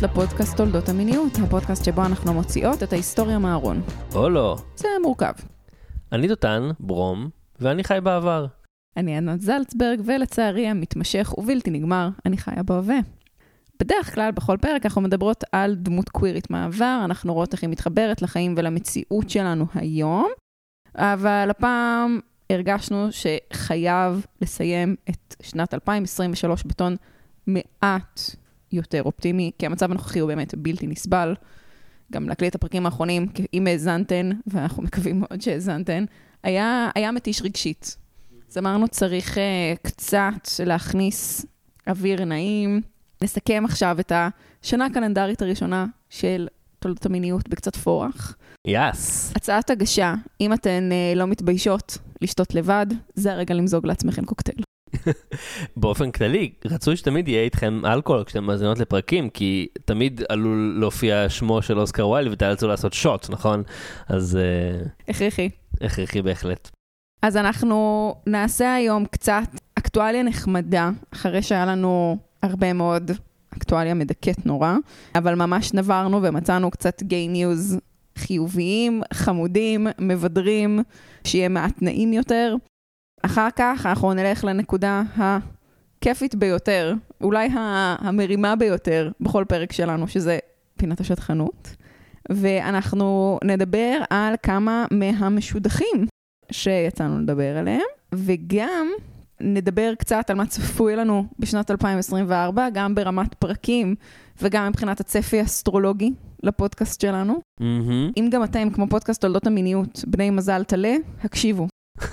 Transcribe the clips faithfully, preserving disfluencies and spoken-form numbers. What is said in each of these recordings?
לפודקאסט תולדות המיניות, הפודקאסט שבו אנחנו מוציאות את ההיסטוריה מהארון. או לא. זה מורכב. אני דותן, ברום, ואני חי בעבר. אני ענת זלצברג, ולצערי המתמשך ובלתי נגמר, אני חיה בהווה. בדרך כלל, בכל פרק אנחנו מדברות על דמות קווירית מהעבר, אנחנו רואות איך היא מתחברת לחיים ולמציאות שלנו היום, אבל הפעם הרגשנו שחייב לסיים את שנת אלפיים עשרים ושלוש בטון מעט יותר אופטימי, כי המצב הנוכחי הוא באמת בלתי נסבל. גם להקליט את הפרקים האחרונים, אם האזנתן, ואנחנו מקווים מאוד שהאזנתן, היה, היה מתיש רגשית. אז אמרנו, צריך uh, קצת להכניס אוויר נעים, נסכם עכשיו את השנה הקלנדרית הראשונה של תולדות המיניות בקצת פורח. יס. Yes. הצעת הגשה, אם אתן uh, לא מתביישות לשתות לבד, זה הרגע למזוג לעצמכם קוקטייל. באופן כללי, רצוי שתמיד יהיה איתכם אלכוהול כשאתם מאזינות לפרקים, כי תמיד עלול להופיע שמו של אוסקר וויילד ותאלצו לעשות שוט, נכון? אז... הכרחי. הכרחי בהחלט. אז אנחנו נעשה היום קצת אקטואליה נחמדה, אחרי שהיה לנו הרבה מאוד אקטואליה מדכאת נורא, אבל ממש נברנו ומצאנו קצת גיי ניוז חיוביים, חמודים, מבדרים, שיהיה מעט נעים יותר. אחר כך אנחנו נלך לנקודה הכיפית ביותר, אולי המרימה ביותר בכל פרק שלנו, שזה פינת השטחנות. ואנחנו נדבר על כמה מהמשודכים שיצאנו לדבר עליהם, וגם נדבר קצת על מה צפוי לנו בשנת אלפיים עשרים וארבע, גם ברמת פרקים, וגם מבחינת הצפי האסטרולוגי לפודקאסט שלנו. Mm-hmm. אם גם אתם, כמו פודקאסט תולדות המיניות, בני מזל תלה, הקשיבו.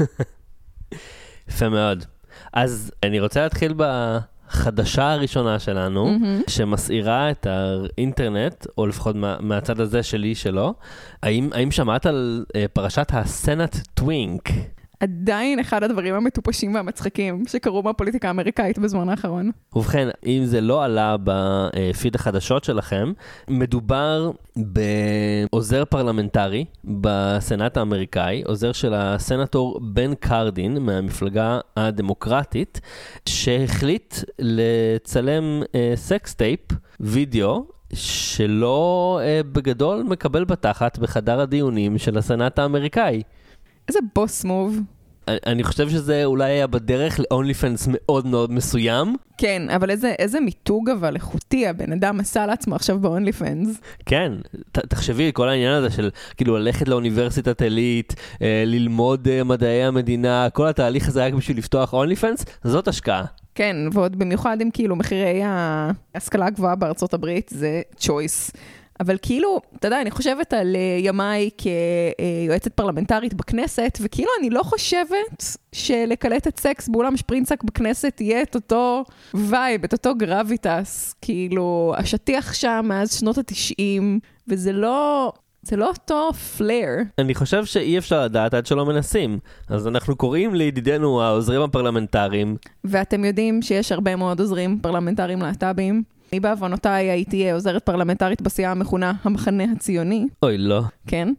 יפה מאוד. אז אני רוצה להתחיל בחדשה הראשונה שלנו, mm-hmm. שמסעירה את האינטרנט, או לפחות מה, מהצד הזה שלי שלו. האם, האם שמעת על uh, פרשת הסנאט טווינק? עדיין אחד הדברים המטופשים והמצחיקים שקרו בפוליטיקה האמריקאית בזמן האחרון. ובכן, אם זה לא עלה בפיד החדשות שלכם, מדובר בעוזר פרלמנטרי בסנאט האמריקאי, עוזר של הסנטור בן קרדין מהמפלגה הדמוקרטית, שהחליט לצלם סקס טייפ, וידאו, שלא בגדול מקבל בתחת בחדר הדיונים של הסנאט האמריקאי. איזה בוס מוב. אני חושב שזה אולי היה בדרך ל-OnlyFans מאוד מאוד מסוים. כן, אבל איזה, איזה מיתוג אבל איכותי הבן אדם עשה לעצמו עכשיו ב-OnlyFans. כן, ת, תחשבי כל העניין הזה של כאילו ללכת לאוניברסיטת עילית, אה, ללמוד אה, מדעי המדינה, כל התהליך הזה היה בשביל לפתוח OnlyFans, זאת השקעה. כן, ועוד במיוחד עם כאילו מחירי ההשכלה הגבוהה בארצות הברית, זה choice. אבל כאילו, אתה יודע, אני חושבת על ימיי כיועצת פרלמנטרית בכנסת, וכאילו אני לא חושבת שלקלטת סקס באולם שפרינצק בכנסת יהיה את אותו וייב, את אותו גרביטס. כאילו, השטיח שם מאז שנות התשעים, וזה לא... זה לא אותו פלייר. אני חושב שאי אפשר לדעת עד שלא מנסים. אז אנחנו קוראים לידידינו העוזרים הפרלמנטריים. ואתם יודעים שיש הרבה מאוד עוזרים פרלמנטריים להט"בים. אני בעוונותיי הייתי עוזרת פרלמנטרית בסיעה המכונה המחנה הציוני. אוי, לא. כן.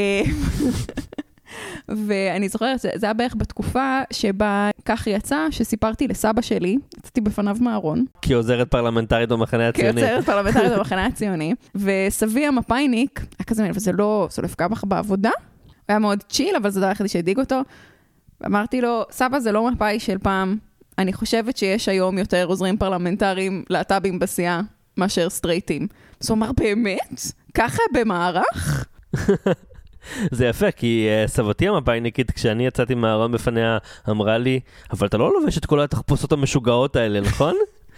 ואני זוכרת, זה היה בערך בתקופה שבה כך יצא שסיפרתי לסבא שלי, יצאתי בפניו מהארון. כי עוזרת פרלמנטרית במחנה הציוני. כי עוזרת פרלמנטרית במחנה הציוני. וסבי המפייניק, היה כזה מין, וזה לא, זה לא הפגע בך בעבודה. הוא היה מאוד צ'יל, אבל זה דבר אחד שהדיג אותו. ואמרתי לו, סבא זה לא מפאי של פעם, אני חושבת שיש היום יותר עוזרים פרלמנטריים להט"בים בסיעה מאשר סטרייטים. אז הוא אמר, באמת? ככה במערך? זה יפה, כי uh, סבתי המפאיניקית, כשאני יצאתי מהארון בפניה, אמרה לי, אבל אתה לא לובש את כל התחפושות המשוגעות האלה, נכון?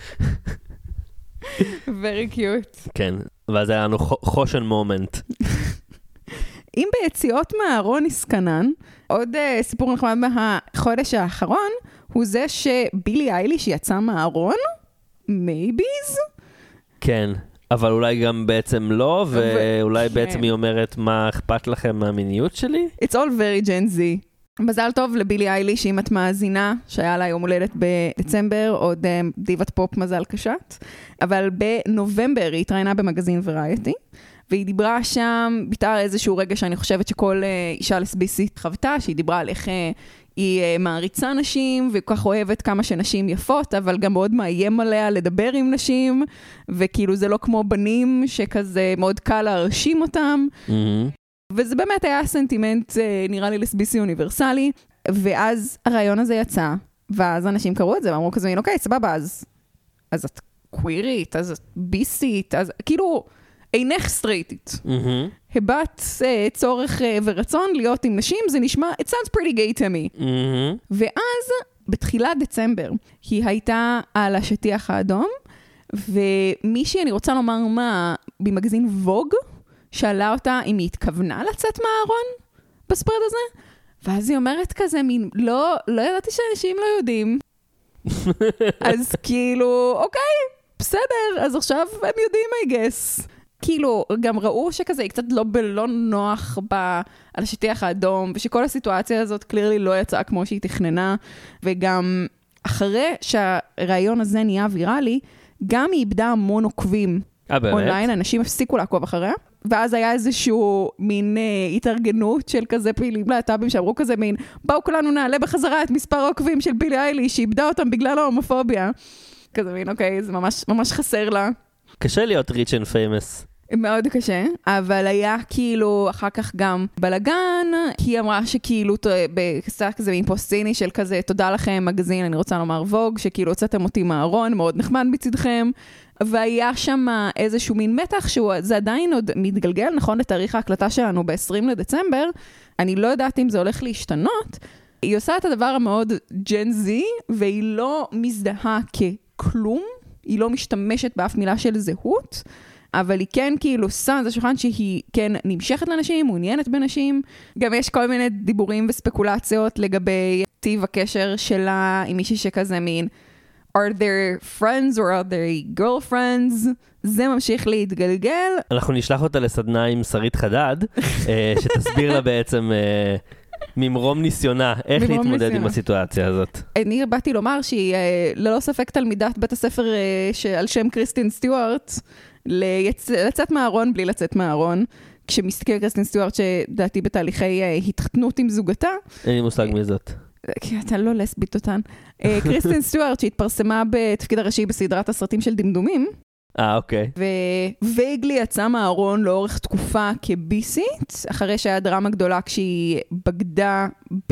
Very cute. כן, ואז היה לנו חושן מומנט. אם ביציאות מהארון הסקנן, עוד uh, סיפור נחמד מהחודש האחרון, הוא זה שבילי אייליש יצא מהארון? מייביז? כן, אבל אולי גם בעצם לא, ואולי בעצם היא אומרת, מה אכפת לכם מהמיניות שלי? It's all very Gen Z. מזל טוב לבילי אייליש, אם את מאזינה, שהיה לה יום הולדת בדצמבר, עוד דיבת פופ מזל קשת. אבל בנובמבר היא התראיינה במגזין וריאטי, והיא דיברה שם, ביטאה איזשהו רגע שאני חושבת שכל uh, אישה לסביסית חוותה, שהיא דיברה על איך uh, היא uh, מעריצה נשים, וכל כך אוהבת כמה שנשים יפות, אבל גם מאוד מאיים עליה לדבר עם נשים, וכאילו זה לא כמו בנים, שכזה מאוד קל להרשים אותם. Mm-hmm. וזה באמת היה סנטימנט, uh, נראה לי לסביסי אוניברסלי, ואז הרעיון הזה יצא, ואז אנשים קראו את זה, ואמרו כזה, אוקיי, סבבה, אז, אז את קווירית, אז את ביסית, אז כאילו, אינך סטרייטית. Mm-hmm. הבאת uh, צורך uh, ורצון להיות עם נשים, זה נשמע, it sounds pretty gay to me. Mm-hmm. ואז, בתחילת דצמבר, היא הייתה על השטיח האדום, ומישהי, אני רוצה לומר מה, במגזין ווג, שאלה אותה אם היא התכוונה לצאת מהארון בספרד הזה, ואז היא אומרת כזה, מין, לא, לא ידעתי שאנשים לא יודעים. אז כאילו, אוקיי, בסדר, אז עכשיו הם יודעים, I guess. כאילו, גם ראו שכזה, היא קצת לא בלא נוח ב, על השטיח האדום, ושכל הסיטואציה הזאת קלירלי לא יצאה כמו שהיא תכננה, וגם אחרי שהרעיון הזה נהיה ויראלי, גם היא איבדה המון עוקבים אונליין, אנשים הפסיקו לעקוב אחריה, ואז היה איזשהו מין אה, התארגנות של כזה פעילים להט"בים שאמרו כזה מין, באו כולנו נעלה בחזרה את מספר העוקבים של בילי איילי, שאיבדה אותם בגלל ההומופוביה. כזה מין, אוקיי, זה ממש, ממש חסר לה. קשה להיות rich and famous. מאוד קשה, אבל היה כאילו אחר כך גם בלגן, היא אמרה שכאילו, בקצת כזה מין פוסט ציני של כזה, תודה לכם מגזין, אני רוצה לומר ווג, שכאילו הוצאתם אותי מהארון, מאוד נחמד מצדכם, והיה שם איזשהו מין מתח, שזה עדיין עוד מתגלגל, נכון לתאריך ההקלטה שלנו ב-עשרים לדצמבר, אני לא יודעת אם זה הולך להשתנות, היא עושה את הדבר המאוד ג'ן זי, והיא לא מזדהה ככלום, היא לא משתמשת באף מילה של זהות, אבל היא כן כאילו שם את השולחן שהיא כן נמשכת לנשים, מעוניינת בנשים. גם יש כל מיני דיבורים וספקולציות לגבי טיב הקשר שלה עם מישהי שכזה מין, are there friends or are they girlfriends? זה ממשיך להתגלגל. אנחנו נשלח אותה לסדנה עם שרית חדד, שתסביר לה בעצם ממרום ניסיונה, איך להתמודד עם הסיטואציה הזאת. אני באתי לומר שהיא ללא ספק תלמידת בית הספר על שם קריסטין סטיוארט, לצאת מהארון בלי לצאת מהארון, כשמסתכל קריסטין סטיוארט שדעתי בתהליכי התחתנות עם זוגתה. אין לי מושג מי זאת. כי אתה לא לסבית אותן. קריסטין סטיוארט שהתפרסמה בתפקיד הראשי בסדרת הסרטים של דמדומים. אה, אוקיי. ווייגלי יצא מהארון לאורך תקופה כביסית, אחרי שהיה דרמה גדולה כשהיא בגדה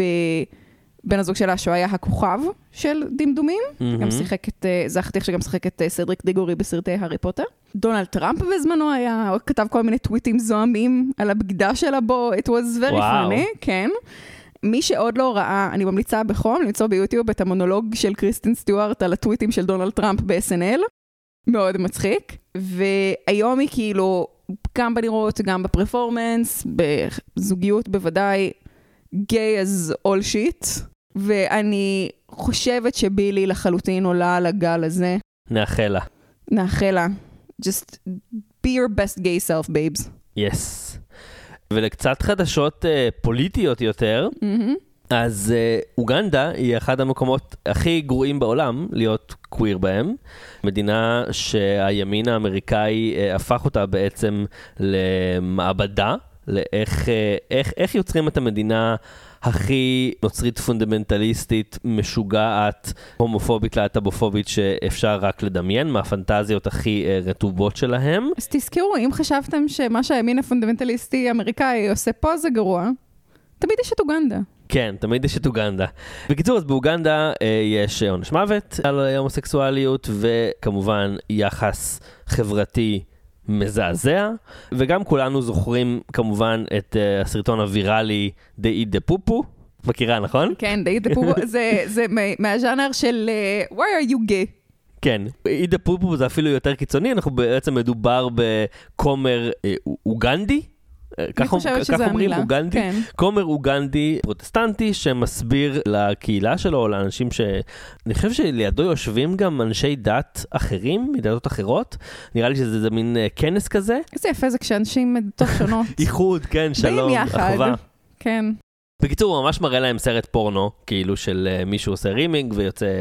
בבן הזוג שלה, שהוא היה הכוכב של דמדומים. גם שיחק את, זה החתיך שגם שיחק את סדריק דיגורי בסרטי הארי פוטר. דונלד טראמפ בזמנו היה, כתב כל מיני טוויטים זוהמים על הבגדה שלה בו, it was very funny, כן. מי שעוד לא ראה, אני ממליצה בחום, למצוא ביוטיוב את המונולוג של קריסטין סטיוארט על הטוויטים של דונלד טראמפ ב-אס אן אל. מאוד מצחיק. והיום היא כאילו, גם בנראות, גם בפרפורמנס, בזוגיות בוודאי, gay as all shit. ואני חושבת שבילי לחלוטין עולה על הגל הזה. נאחל לה. נאחל לה. Just be your best gay self, babes. Yes. ולקצת חדשות uh, פוליטיות יותר, mm-hmm. אז uh, אוגנדה היא אחד המקומות הכי גרועים בעולם להיות קוויר בהם. מדינה שהימין האמריקאי uh, הפך אותה בעצם למעבדה, לאיך uh, איך, איך יוצרים את המדינה הכי נוצרית פונדמנטליסטית, משוגעת, הומופובית, להט"בופובית שאפשר רק לדמיין, מהפנטזיות הכי uh, רטובות שלהם. אז תזכרו, אם חשבתם שמה שהימין הפונדמנטליסטי האמריקאי עושה פה זה גרוע, תמיד יש את אוגנדה. כן, תמיד יש את אוגנדה. בקיצור, אז באוגנדה אה, יש עונש מוות על ההומוסקסואליות, וכמובן יחס חברתי מזעזע, וגם כולנו זוכרים כמובן את uh, הסרטון הוויראלי They Eat the Poo Poo, מכירה, נכון? כן, They Eat the Poo Poo, זה, זה מהז'אנר של uh, Why are you gay? כן, Eat the Poo Poo זה אפילו יותר קיצוני, אנחנו בעצם מדובר בכומר uh, אוגנדי, כך אומרים, אוגנדי, כן. כומר אוגנדי פרוטסטנטי שמסביר לקהילה שלו, או לאנשים ש... אני חושב שלידו יושבים גם אנשי דת אחרים, מדתות אחרות, נראה לי שזה זה מין כנס כזה. איזה יפה זה כשאנשים מדתות שונות. איחוד, כן, שלום, אחווה. כן. בקיצור, הוא ממש מראה להם סרט פורנו, כאילו של מישהו עושה רימינג ויוצא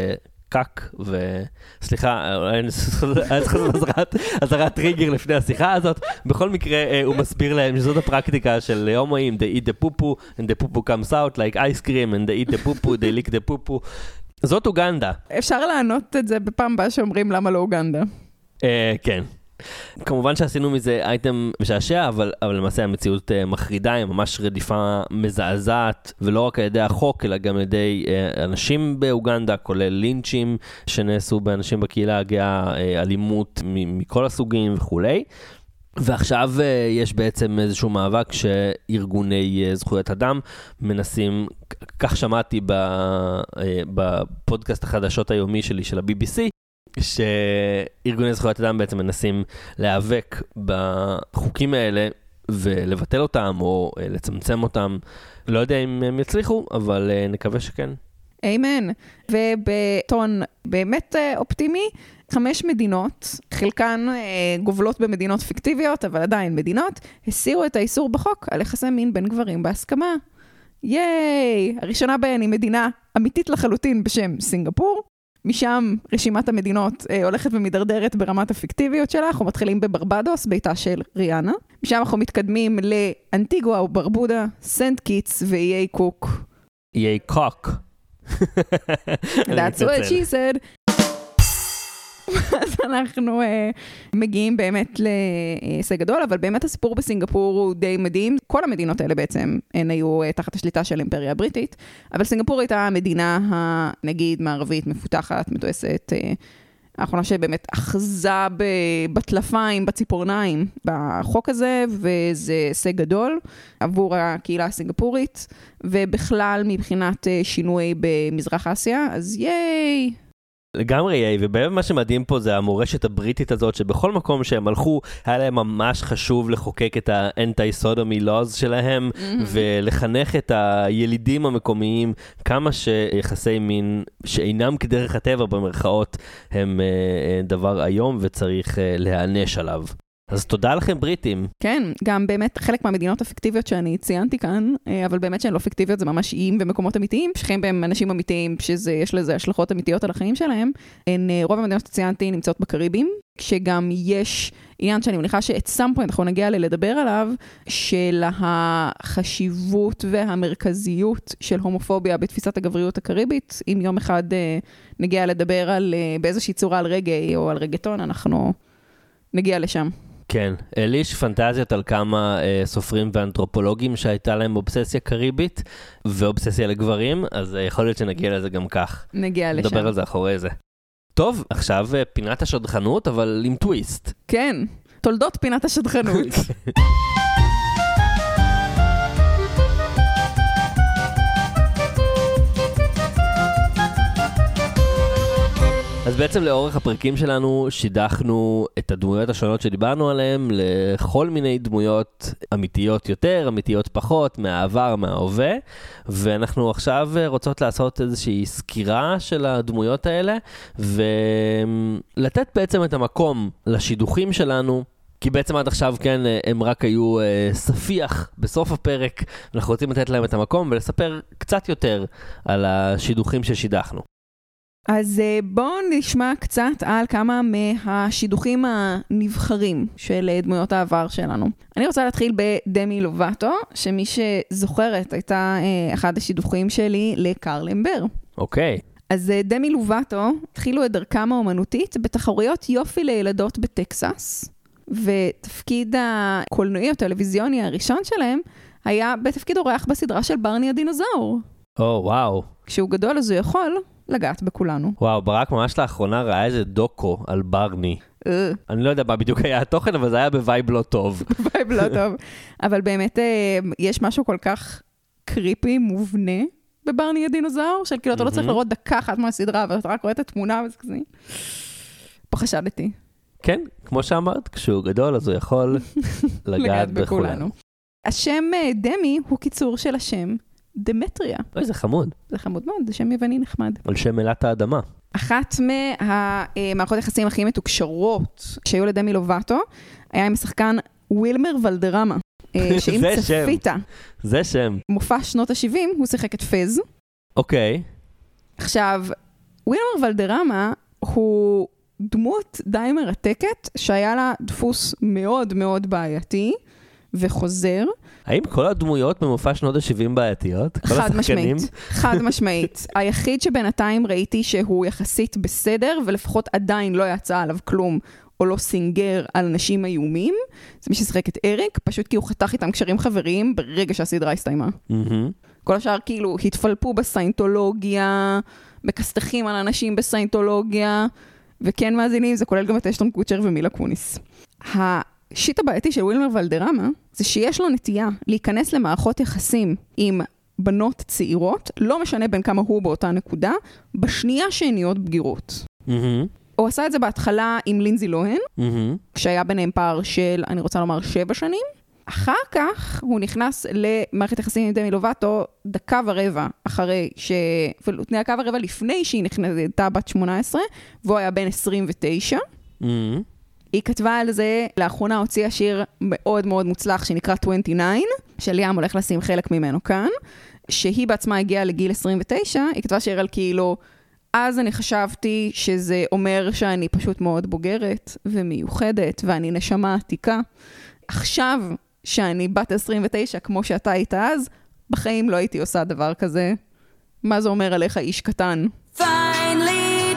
קק, וסליחה, אני צריך לעשות עזרת טריגר לפני השיחה הזאת. בכל מקרה, הוא מסביר להם שזאת הפרקטיקה של הומואים, they eat the poo-poo, and the poo-poo comes out like ice cream, and they eat the poo-poo, they lick the poo-poo. זאת אוגנדה. אפשר לענות את זה בפעם הבאה שאומרים למה לא אוגנדה. כן. כמובן שעשינו מזה אייטם משעשע, אבל, אבל למעשה המציאות מחרידה, היא ממש רדיפה מזעזעת, ולא רק על ידי החוק, אלא גם על ידי אנשים באוגנדה, כולל לינצ'ים שנעשו באנשים בקהילה הגאה, אלימות מכל הסוגים וכולי. ועכשיו יש בעצם איזשהו מאבק שארגוני זכויות אדם מנסים, כך שמעתי בפודקאסט החדשות היומי שלי של ה-בי בי סי, שארגוני זכויות אדם בעצם מנסים להיאבק בחוקים האלה ולבטל אותם או לצמצם אותם. לא יודע אם הם יצליחו, אבל נקווה שכן. אמן. ובטון באמת אופטימי, חמש מדינות, חלקן גובלות במדינות פיקטיביות, אבל עדיין מדינות, הסירו את האיסור בחוק על יחסי מין בין גברים בהסכמה. ייי! הראשונה בהן היא מדינה אמיתית לחלוטין בשם סינגפור. משם רשימת המדינות אה, הולכת ומדרדרת ברמת הפיקטיביות שלה. אנחנו מתחילים בברבדוס, ביתה של ריאנה. משם אנחנו מתקדמים לאנטיגואה וברבודה, סנט קיטס ואיי קוק. איי קוק. That's what she said. אז אנחנו uh, מגיעים באמת להישג גדול, אבל באמת הסיפור בסינגפור הוא די מדהים. כל המדינות האלה בעצם הן היו uh, תחת השליטה של האימפריה הבריטית, אבל סינגפור הייתה המדינה הנגיד מערבית, מפותחת, מתועסת, uh, האחרונה שבאמת אחזה בטלפיים, בציפורניים, בחוק הזה, וזה הישג גדול עבור הקהילה הסינגפורית, ובכלל מבחינת uh, שינוי במזרח אסיה, אז ייי! לגמרי יאי, ובאמת מה שמדהים פה זה המורשת הבריטית הזאת, שבכל מקום שהם הלכו, היה להם ממש חשוב לחוקק את האנטי-סודומי לוז שלהם, mm-hmm. ולחנך את הילידים המקומיים, כמה שיחסי מין שאינם כדרך הטבע במרכאות, הם uh, דבר היום וצריך uh, להענש עליו. אז תודה לכם בריטים. כן, גם באמת חלק מהמדינות הפיקטיביות שאני ציינתי כאן, אבל באמת שהן לא פיקטיביות, זה ממש איים ומקומות אמיתיים, שחיים בהם אנשים אמיתיים, שיש לזה השלכות אמיתיות על החיים שלהם. הן, רוב המדינות שציינתי נמצאות בקריבים, כשגם יש עניין שאני מניחה שאת some point אנחנו נגיע לדבר עליו, של החשיבות והמרכזיות של הומופוביה בתפיסת הגבריות הקריבית. אם יום אחד נגיע לדבר על, באיזושהי צורה על רגעי או על רגטון, אנחנו נגיע לשם. כן, לי יש פנטזיות על כמה אה, סופרים ואנתרופולוגים שהייתה להם אובססיה קריבית ואובססיה לגברים, אז אה, יכול להיות שנגיע לזה גם כך. נגיע לשם. נדבר על זה אחורי זה. טוב, עכשיו אה, פינת השדכנות, אבל עם טוויסט. כן, תולדות פינת השדכנות. אז בעצם לאורך הפרקים שלנו שידכנו את הדמויות השונות שדיברנו עליהן לכל מיני דמויות אמיתיות יותר, אמיתיות פחות, מהעבר, מההווה, ואנחנו עכשיו רוצות לעשות איזושהי סקירה של הדמויות האלה, ולתת בעצם את המקום לשידוכים שלנו, כי בעצם עד עכשיו, כן, הם רק היו אה, ספיח בסוף הפרק, אנחנו רוצים לתת להם את המקום ולספר קצת יותר על השידוכים ששידכנו. אז בואו נשמע קצת על כמה מהשידוכים הנבחרים של דמויות העבר שלנו. אני רוצה להתחיל בדמי לובטו, שמי שזוכרת הייתה אחד השידוכים שלי לקרל אמבר. אוקיי. אז דמי לובטו התחילו את דרכם האומנותית בתחרויות יופי לילדות בטקסס, ותפקיד הקולנועי או טלוויזיוני הראשון שלהם היה בתפקיד אורח בסדרה של ברני הדינוזאור. או, וואו. כשהוא גדול אז הוא יכול לגעת בכולנו. וואו, ברק ממש לאחרונה ראה איזה דוקו על ברני. אני לא יודע מה בדיוק היה התוכן, אבל זה היה בווייב לא טוב. בווייב לא טוב. אבל באמת יש משהו כל כך קריפי, מובנה, בברני הדינוזאור, של כאילו אתה לא צריך לראות דקה אחת מהסדרה, אבל אתה רק רואה את התמונה וזה כזה. פה חשדתי. כן, כמו שאמרת, כשהוא גדול אז הוא יכול לגעת בכולנו. השם דמי הוא קיצור של השם דמטריה. אוי, זה חמוד. זה חמוד מאוד, זה שם יווני נחמד. על שם מלאת האדמה. אחת מהמערכות יחסים הכי מתוקשרות שהיו לדמי לובטו, היה עם השחקן ווילמר ולדרמה, שאם צפית. זה שם. מופע שנות ה-שבעים, הוא שיחק את פז. אוקיי. עכשיו, ווילמר ולדרמה הוא דמות די מרתקת, שהיה לה דפוס מאוד מאוד בעייתי, וחוזר. האם כל הדמויות במופע שנות ה-שבעים בעייתיות? חד משמעית, חד משמעית. היחיד שבינתיים ראיתי שהוא יחסית בסדר, ולפחות עדיין לא יצא עליו כלום, או לא סינגר על אנשים איומים, זה מי ששחק את אריק, פשוט כי הוא חתך איתם קשרים חבריים ברגע שהסדרה הסתיימה. כל השאר כאילו התפלפו בסיינטולוגיה, מקסטחים על אנשים בסיינטולוגיה, וכן מאזינים, זה כולל גם את אשטון קוצ'ר ומילה קוניס. השיט הבעייתי של ווילמר ולדרמה, זה שיש לו נטייה להיכנס למערכות יחסים עם בנות צעירות, לא משנה בין כמה הוא באותה נקודה, בשנייה שהן נהיות בגירות. הוא עשה את זה בהתחלה עם לינזי לוהן, כשהיה ביניהם פער של, אני רוצה לומר, שבע שנים. אחר כך הוא נכנס למערכת יחסים עם דמי לובטו דקה ורבע אחרי ש... אפילו דקה ורבע לפני שהיא נכנסה בת שמונה עשרה, והוא היה בן עשרים ותשע. Mm-hmm. היא כתבה על זה, לאחרונה הוציאה שיר מאוד מאוד מוצלח שנקרא עשרים ותשע, שליאם הולך לשים חלק ממנו כאן, שהיא בעצמה הגיעה לגיל עשרים ותשע, היא כתבה שיר על כאילו, אז אני חשבתי שזה אומר שאני פשוט מאוד בוגרת ומיוחדת, ואני נשמה עתיקה. עכשיו שאני בת עשרים ותשע, כמו שאתה היית אז, בחיים לא הייתי עושה דבר כזה. מה זה אומר עליך, איש קטן? Finally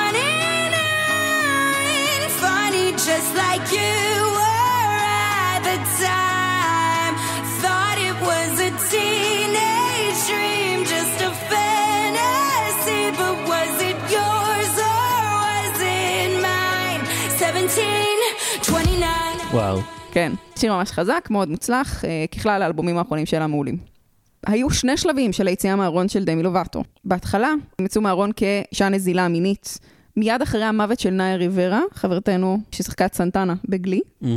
twenty-nine, funny just like you were at the time. Thought it was a teenage dream, just a fantasy, but was it yours or was it mine? seventeen, twenty-nine. וואו. כן, שיר ממש חזק, מאוד מוצלח, ככלל האלבומים האחרונים שלה מעולים. היו שני שלבים של היציאה מהארון של דמי לובטו. בהתחלה, הם יצאו מהארון כאישה נזילה מינית. מיד אחרי המוות של נאיה ריברה, חברתנו ששחקה את סנטנה בגלי, mm-hmm.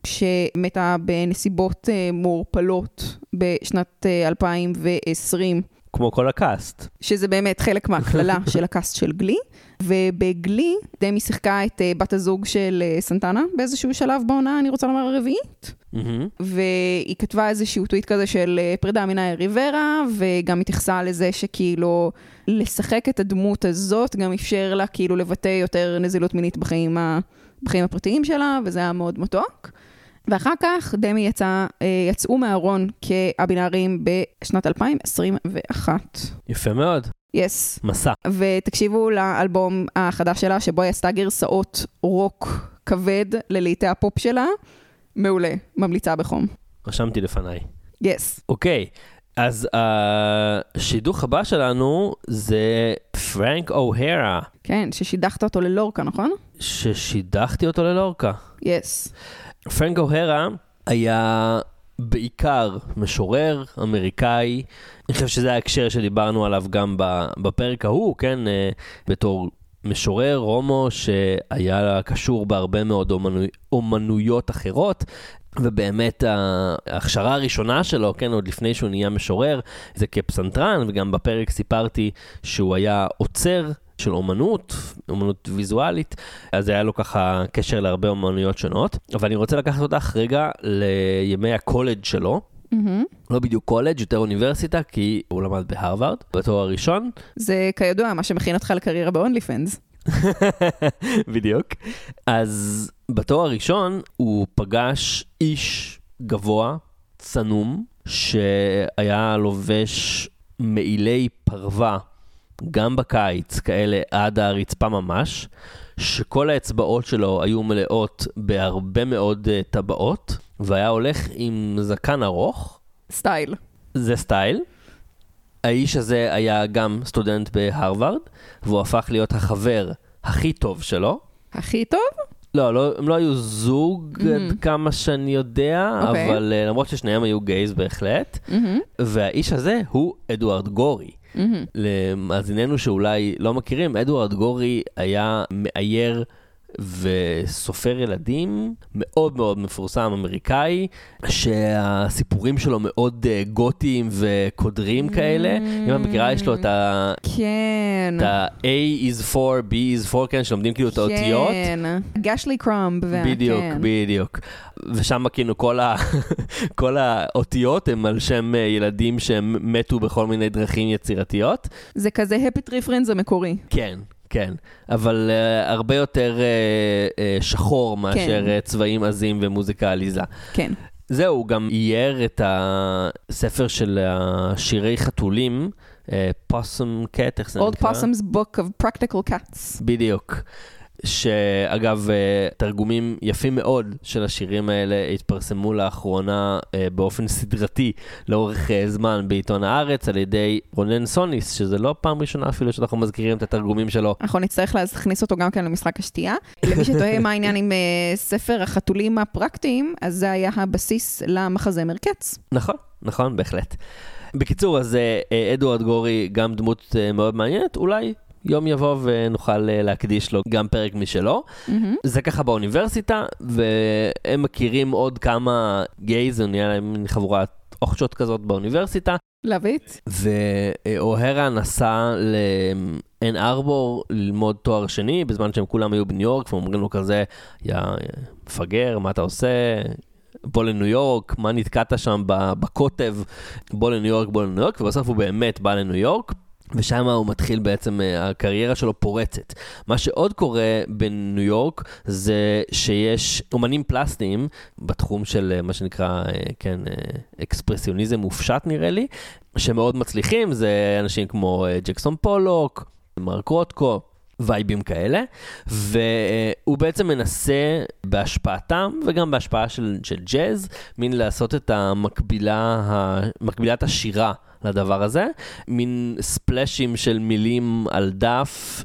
שמתה בנסיבות uh, מעורפלות בשנת uh, אלפיים ועשרים. כמו כל הקאסט. שזה באמת חלק מהכללה של הקאסט של גלי. ובגלי, דמי שיחקה את uh, בת הזוג של uh, סנטנה באיזשהו שלב בעונה, אני רוצה לומר הרביעית. Mm-hmm. והיא כתבה איזשהו טוויט כזה של uh, פרידה מנאיה ריברה, וגם התייחסה לזה שכאילו לשחק את הדמות הזאת, גם אפשר לה כאילו לבטא יותר נזילות מינית בחיים, ה... בחיים הפרטיים שלה, וזה היה מאוד מתוק. ואחר כך דמי יצא, יצאו מהארון כאבינרים בשנת אלפיים עשרים ואחת. יפה מאוד. יס. מסע. ותקשיבו לאלבום החדש שלה, שבו היא עשתה גרסאות רוק כבד ללהיטי הפופ שלה. מעולה. ממליצה בחום. רשמתי לפניי. יס. אוקיי. אז השידוך הבא שלנו זה פרנק אוהרה. כן, ששידכת אותו ללורקה, נכון? ששידכתי אותו ללורקה. יס. פרנק אוהרה היה בעיקר משורר אמריקאי. אני חושב שזה ההקשר שדיברנו עליו גם בפרק ההוא, כן? בתור משורר הומו שהיה קשור בהרבה מאוד אומנו... אומנויות אחרות. ובאמת ההכשרה הראשונה שלו, כן, עוד לפני שהוא נהיה משורר, זה כפסנתרן, וגם בפרק סיפרתי שהוא היה עוצר של אומנות, אומנות ויזואלית, אז היה לו ככה קשר להרבה אומנויות שונות, אבל אני רוצה לקחת אותך רגע לימי הקולג' שלו, mm-hmm. לא בדיוק קולג', יותר אוניברסיטה, כי הוא למד בהרווארד, בתואר הראשון. זה כידוע מה שמכין אותך לקריירה ב-אונלי פנס. בדיוק. אז בתואר הראשון הוא פגש איש גבוה, צנום, שהיה לובש מעילי פרווה, גם בקיץ, כאלה עד הרצפה ממש, שכל האצבעות שלו היו מלאות בהרבה מאוד uh, טבעות, והיה הולך עם זקן ארוך. סטייל. זה סטייל. האיש הזה היה גם סטודנט בהרווארד, והוא הפך להיות החבר הכי טוב שלו. הכי טוב? לא, לא הם לא היו זוג mm-hmm. כמה שאני יודע, okay. אבל uh, למרות ששניהם היו גייז בהחלט. Mm-hmm. והאיש הזה הוא אדוארד גורי. Mm-hmm. למאזיננו שאולי לא מכירים, אדוארד גורי היה מאייר וסופר ילדים מאוד מאוד מפורסם אמריקאי, שהסיפורים שלו מאוד uh, גותיים וקודרים mm-hmm. כאלה. אם את מכירה, יש לו את ה... כן. את ה-A is for, B is for, כן, שלומדים כאילו את האותיות. כן. גשלי קרומב. בדיוק, כן. בדיוק. ושם כאילו כל, ה... כל האותיות הם על שם ילדים שהם מתו בכל מיני דרכים יצירתיות. זה כזה happy tree friends המקורי. כן. כן, אבל uh, הרבה יותר uh, uh, שחור מאשר כן. uh, צבעים עזים ומוזיקה עליזה. כן. זהו, גם אייר את הספר של שירי חתולים, Possum Cat, איך זה Old נקרא? Possum's Book of Practical Cats. בדיוק. שאגב, תרגומים יפים מאוד של השירים האלה התפרסמו לאחרונה באופן סדרתי לאורך זמן בעיתון הארץ על ידי רונן סוניס, שזה לא פעם ראשונה אפילו שאנחנו מזכירים את התרגומים שלו. אנחנו נצטרך להכניס אותו גם כן למשחק השתייה. למי שתוהה מה העניין עם ספר החתולים הפרקטיים, אז זה היה הבסיס למחזמר קץ. נכון, נכון, בהחלט. בקיצור, אז אדוארד גורי גם דמות מאוד מעניינת, אולי יום יבוא ונוכל להקדיש לו גם פרק משלו. Mm-hmm. זה ככה באוניברסיטה, והם מכירים עוד כמה גייז, נהיה להם חבורת אוכשות כזאת באוניברסיטה. לביט. ואוהרה נסע לאן ארבור ללמוד תואר שני, בזמן שהם כולם היו בניו יורק, ואומרים לו כזה, יא מפגר, מה אתה עושה? בוא לניו יורק, מה נתקעת שם בקוטב? בוא לניו יורק, בוא לניו יורק, ובסוף הוא באמת בא לניו יורק. ושם הוא מתחיל בעצם, הקריירה שלו פורצת. מה שעוד קורה בניו יורק, זה שיש אומנים פלסטיים, בתחום של מה שנקרא, כן, אקספרסיוניזם מופשט נראה לי, שמאוד מצליחים, זה אנשים כמו ג'קסון פולוק, מרק רוטקו, וייבים כאלה, והוא בעצם מנסה בהשפעתם, וגם בהשפעה של, של ג'אז, מין לעשות את המקבילה, המקבילת השירה, לדבר הזה, מין ספלשים של מילים על דף,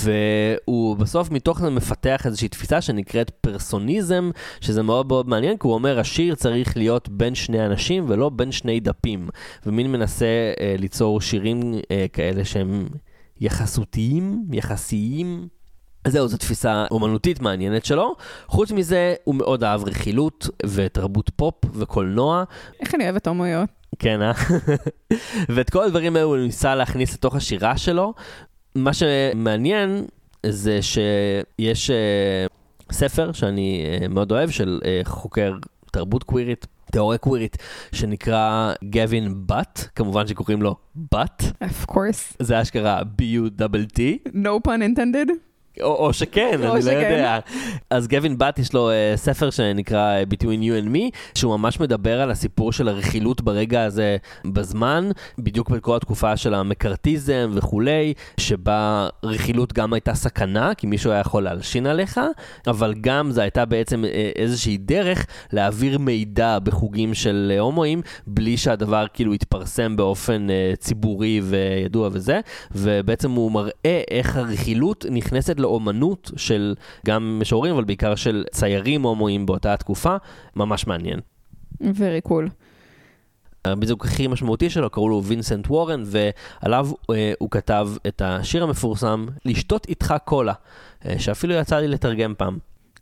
והוא בסוף מתוך זה מפתח איזושהי תפיסה שנקראת פרסוניזם, שזה מאוד מאוד מעניין, כי הוא אומר, השיר צריך להיות בין שני אנשים ולא בין שני דפים, ומין מנסה אה, ליצור שירים אה, כאלה שהם יחסותיים, יחסיים. אז זהו, זו תפיסה אומנותית מעניינת שלו. חוץ מזה, הוא מאוד אהב רכילות ותרבות פופ וקולנוע. איך אני אוהבת הומואיות? כן, אה? ואת כל הדברים האלו הוא ניסה להכניס לתוך השירה שלו. מה שמעניין זה שיש uh, ספר שאני uh, מאוד אוהב של uh, חוקר תרבות קווירית, תיאוריה קווירית, שנקרא גווין בט, כמובן שקוראים לו בט. Of course. זה אשכרה B-U-T-T. No pun intended. או, או שכן, או אני שכן. לא יודע. אז גווין בט יש לו uh, ספר שנקרא Between You and Me, שהוא ממש מדבר על הסיפור של הרכילות ברגע הזה בזמן, בדיוק בכל התקופה של המקרטיזם וכולי, שבה רכילות גם הייתה סכנה, כי מישהו היה יכול להלשין עליך, אבל גם זה הייתה בעצם איזושהי דרך להעביר מידע בחוגים של הומואים, בלי שהדבר כאילו יתפרסם באופן uh, ציבורי וידוע וזה, ובעצם הוא מראה איך הרכילות נכנסת לאומנות של גם משוררים, אבל בעיקר של ציירים הומואים באותה התקופה, ממש מעניין. Very cool. הביזוק הכי משמעותי שלו קראו לו וינסנט וורן, ועליו אה, הוא כתב את השיר המפורסם, לשתות איתך קולה, אה, שאפילו יצא לי לתרגם פעם.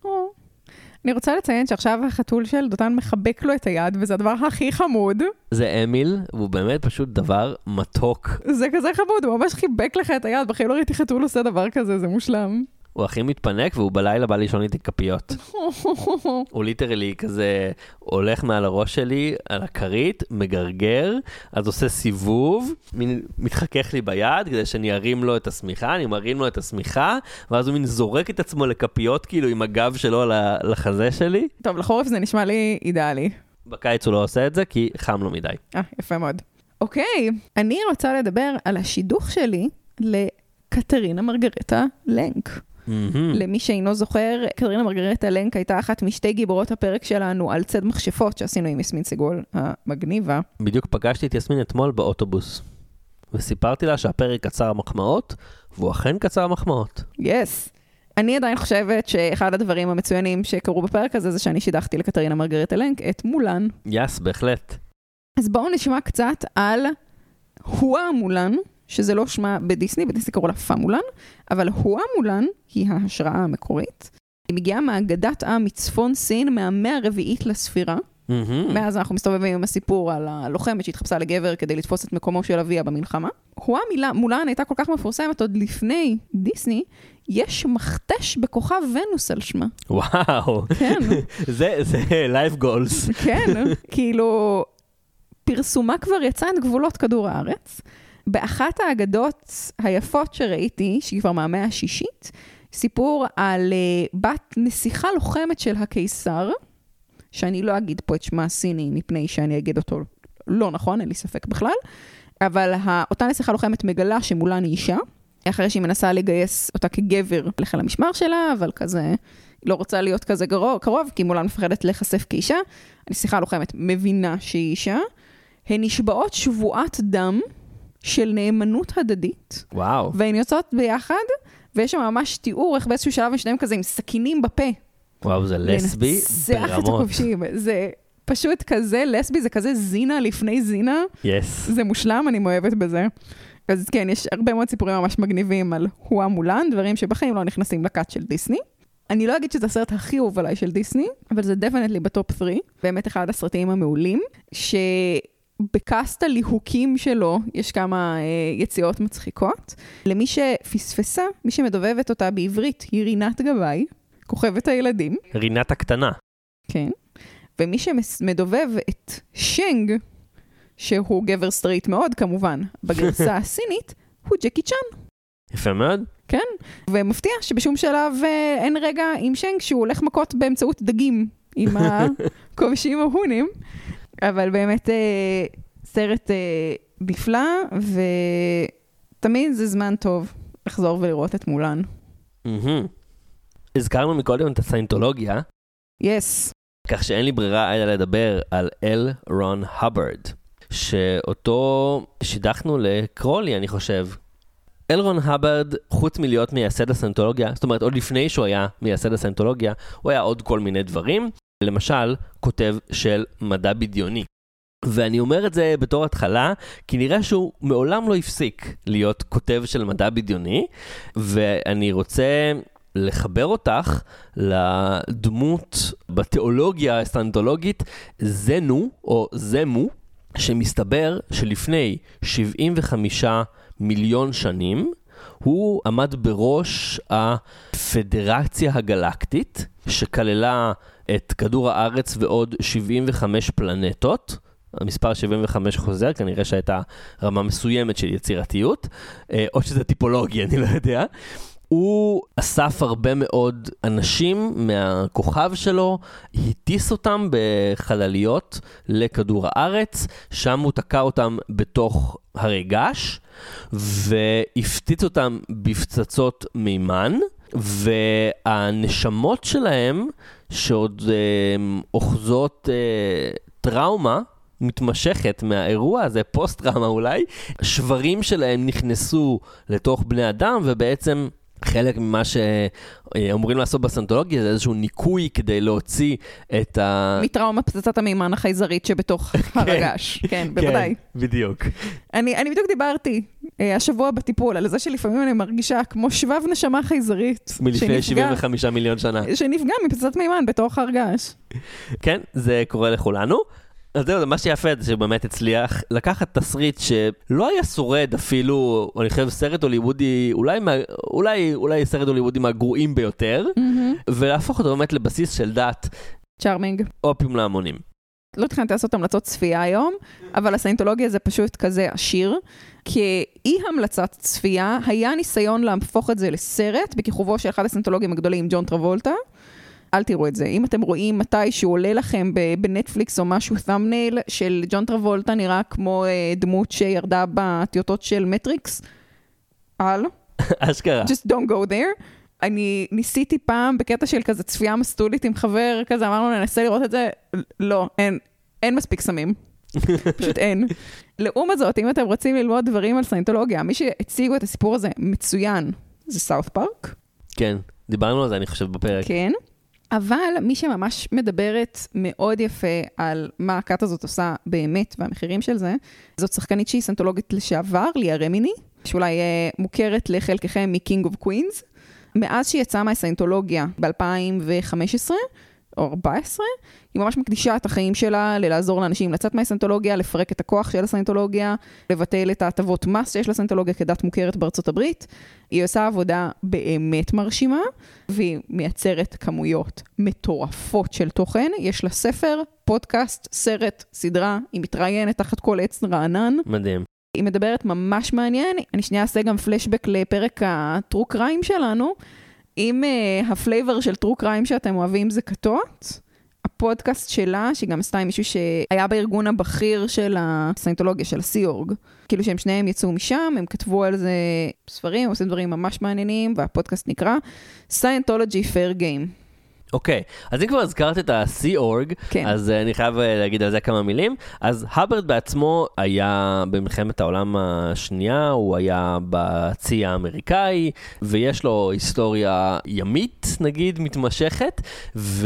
אני רוצה לציין שעכשיו החתול של דותן מחבק לו את היד, וזה הדבר הכי חמוד. זה אמיל, והוא באמת פשוט דבר מתוק. זה כזה חמוד, הוא ממש חיבק לך את היד, בכלל לא ראיתי חתול עושה דבר כזה, זה מושלם. הוא הכי מתפנק, והוא בלילה בא לישון איתי כפיות. הוא ליטרלי כזה הולך מעל הראש שלי, על הכרית, מגרגר, אז עושה סיבוב, מתחכך לי ביד, כדי שאני ארים לו את השמיכה, אני מרים לו את השמיכה, ואז הוא מין זורק את עצמו לכפיות, כאילו עם הגב שלו לחזה שלי. טוב, לחורף זה נשמע לי אידאלי. בקיץ הוא לא עושה את זה, כי חם לו מדי. אה, יפה מאוד. אוקיי, אני רוצה לדבר על השידוך שלי לקטרינה מרגרטה לנק. Mm-hmm. למי שאינו זוכר, קטרינה מרגרטה לנק הייתה אחת משתי גיבורות הפרק שלנו על צד מכשפות שעשינו עם יסמין סגול המגניבה. בדיוק פגשתי את יסמין אתמול באוטובוס, וסיפרתי לה שהפרק קצר מחמאות, והוא אכן קצר מחמאות. יס. Yes. אני עדיין חושבת שאחד הדברים המצוינים שקרו בפרק הזה, זה שאני שידחתי לקטרינה מרגרטה לנק את מולן. יס, yes, בהחלט. אז בואו נשמע קצת על הואה מולן, שזה לא שמה בדיסני, בדיסני קראו לה פמולן, אבל הואה מולן היא ההשראה המקורית. היא מגיעה מהאגדת עם מצפון סין, מהמאה הרביעית לספירה. Mm-hmm. מאז אנחנו מסתובבים עם הסיפור על הלוחמת שהתחפשה לגבר כדי לתפוס את מקומו של אביה במלחמה. הואה מולן הייתה כל כך מפורסמת עוד לפני דיסני, יש מכתש בכוכב ונוס על שמה. וואו. כן. זה, זה life goals. כן, כאילו, פרסומה כבר יצא את גבולות כדור הארץ, באחת האגדות היפות שראיתי, שהיא כבר מהמאה השישית, סיפור על uh, בת נסיכה לוחמת של הקיסר, שאני לא אגיד פה את שמה הסיני, מפני שאני אגיד אותו לא נכון, אין לי ספק בכלל, אבל אותה נסיכה לוחמת מגלה שמולן היא אישה, אחרי שהיא מנסה לגייס אותה כגבר לחיל המשמר שלה, אבל כזה, היא לא רוצה להיות כזה קרוב, קרוב כי מולן מפחדת להיחשף כאישה. הנסיכה הלוחמת מבינה שהיא אישה. הן נשבעות שבועת דם של נאמנות הדדית. וואו. והן יוצאות ביחד, ויש שם ממש תיאור איך באיזשהו שלב משניהם כזה עם סכינים בפה. וואו, זה לסבי לנצח את הכובשים. זה פשוט כזה לסבי, זה כזה זינה לפני זינה. Yes. זה מושלם, אני מאוהבת בזה. אז כן, יש הרבה מאוד סיפורים ממש מגניבים על הואה מולן, דברים שבחיים לא נכנסים לקאט של דיסני. אני לא אגיד שזה הסרט הכי אהוב עליי של דיסני, אבל זה definitely בטופ שלוש, באמת אחד הסרטים המעולים, שבקאסט הליהוקים שלו יש כמה אה, יציאות מצחיקות. למי שפספסה, מי שמדובבת אותה בעברית, היא רינת גבאי, כוכבת הילדים. רינת הקטנה. כן. ומי שמדובב את שנג, שהוא גבר סטרייט מאוד כמובן, בגרסה הסינית, הוא ג'קי צ'אן. יפה מאוד. כן, ומפתיע שבשום שלב אה, אין רגע עם שנג שהוא הולך מכות באמצעות דגים עם הכובשים ההונים, אבל באמת אה, סרט אה, נפלא, ותמיד זה זמן טוב לחזור ולראות את מולן. Mm-hmm. הזכרנו מקודם את הסיינטולוגיה. Yes. כך שאין לי ברירה אלא לדבר על אל רון הברד, שאותו שידכנו לקרולי, אני חושב. אל רון הברד, חוץ מלהיות מייסד הסיינטולוגיה, זאת אומרת, עוד לפני שהוא היה מייסד הסיינטולוגיה, הוא היה עוד כל מיני דברים. למשל, כותב של מדע בדיוני. ואני אומר את זה בתור התחלה, כי נראה שהוא מעולם לא הפסיק להיות כותב של מדע בדיוני, ואני רוצה לחבר אותך לדמות בתיאולוגיה הסטנטולוגית זנו או זמו, שמסתבר שלפני שבעים וחמישה מיליון שנים הוא עמד בראש הפדרציה הגלקטית שכללה את כדור הארץ ועוד שבעים וחמש פלנטות. המספר שבעים וחמש חוזר, כנראה שהייתה רמה מסוימת של יצירתיות, או שזה טיפולוגיה, אני לא יודע. הוא אסף הרבה מאוד אנשים מהכוכב שלו, הטיס אותם בחלליות לכדור הארץ, שם הוא תקע אותם בתוך הרי געש, והפציץ אותם בפצצות מימן, והנשמות שלהם, שעוד אה, אוחזות אה, טראומה, מתמשכת מהאירוע הזה, פוסט-טראומה אולי, שברים שלהם נכנסו לתוך בני אדם, ובעצם חלק ממה שאומרים לעשות בסנטולוגיה, זה איזשהו ניקוי כדי להוציא את ה... מטראומה פצצת המימן החייזרית שבתוך הרגש. כן, בוודאי. כן, בדיוק. אני, אני בדיוק דיברתי השבוע בטיפול על זה שלפעמים אני מרגישה כמו שבב נשמה חייזרית. מלפני שבעים וחמישה מיליון שנה. שנפגע מפצצת מימן בתוך הרגש. כן, זה קורה לכולנו. אז זהו, מה שיפה זה שבאמת הצליח לקחת תסריט שלא היה שורד אפילו, אני חושב סרט הוליוודי, אולי, אולי, אולי סרט הוליוודי מהגרועים ביותר, mm-hmm. ולהפוך אותו באמת לבסיס של דת. צ'ארמינג. אופיום להמונים. לא תכננתי לעשות המלצות צפייה היום, אבל הסיינטולוגיה זה פשוט כזה עשיר, כי אי המלצת צפייה היה ניסיון להפוך את זה לסרט, בכיכובו של אחד הסיינטולוגים הגדולים, ג'ון טרבולטה, אל תראו את זה. אם אתם רואים מתי שהוא עולה לכם בנטפליקס או משהו, thumbnail של ג'ון טרבולטה נראה כמו דמות שירדה בטיוטות של מטריקס, אל. אשכרה. Just don't go there. אני ניסיתי פעם בקטע של כזה צפייה מסטולית עם חבר, כזה אמרנו ננסה לראות את זה, לא, אין, אין מספיק סמים. פשוט אין. לעומת זאת, אם אתם רוצים ללמוד דברים על סיינטולוגיה, מי שהציגו את הסיפור הזה מצוין, זה סאות' פארק. כן, דיברנו על זה אני חושב בפרק. כן. אבל מי שממש מדברת מאוד יפה על מה הקאט הזאת עושה באמת והמחירים של זה, זאת שחקנית שהיא סיינטולוגית לשעבר, ליה רמיני, שאולי מוכרת לחלקכם מ-King of Queens. מאז שהיא יצאה מהסיינטולוגיה ב-אלפיים וחמש עשרה או ארבע עשרה, היא ממש מקדישה את החיים שלה ללעזור לאנשים לצאת מהסיינטולוגיה, לפרק את הכוח של הסיינטולוגיה, לבטל את ההטבות מס שיש לסיינטולוגיה כדת מוכרת בארצות הברית. היא עושה עבודה באמת מרשימה, והיא מייצרת כמויות מטורפות של תוכן. יש לה ספר, פודקאסט, סרט, סדרה, היא מתראיינת תחת כל עץ רענן. מדהים. היא מדברת ממש מעניין. אני שנייה אעשה גם פלשבק לפרק הטרו קריים שלנו. אם uh, הפלייבר של טרו קריים שאתם אוהבים זה כתות, הפודקאסט שלה, שהיא גם עשתה עם מישהו שהיה בארגון הבכיר של הסיינטולוגיה, של הסי-אורג. כאילו שהם שניהם יצאו משם, הם כתבו על זה ספרים, עושים דברים ממש מעניינים, והפודקאסט נקרא Scientology Fair Game. אוקיי, אז אם כבר הזכרת את ה-Sea-Org, כן. אז uh, אני חייב uh, להגיד על זה כמה מילים. אז האברד בעצמו היה במלחמת העולם השנייה, הוא היה בצי האמריקאי, ויש לו היסטוריה ימית, נגיד, מתמשכת, ו...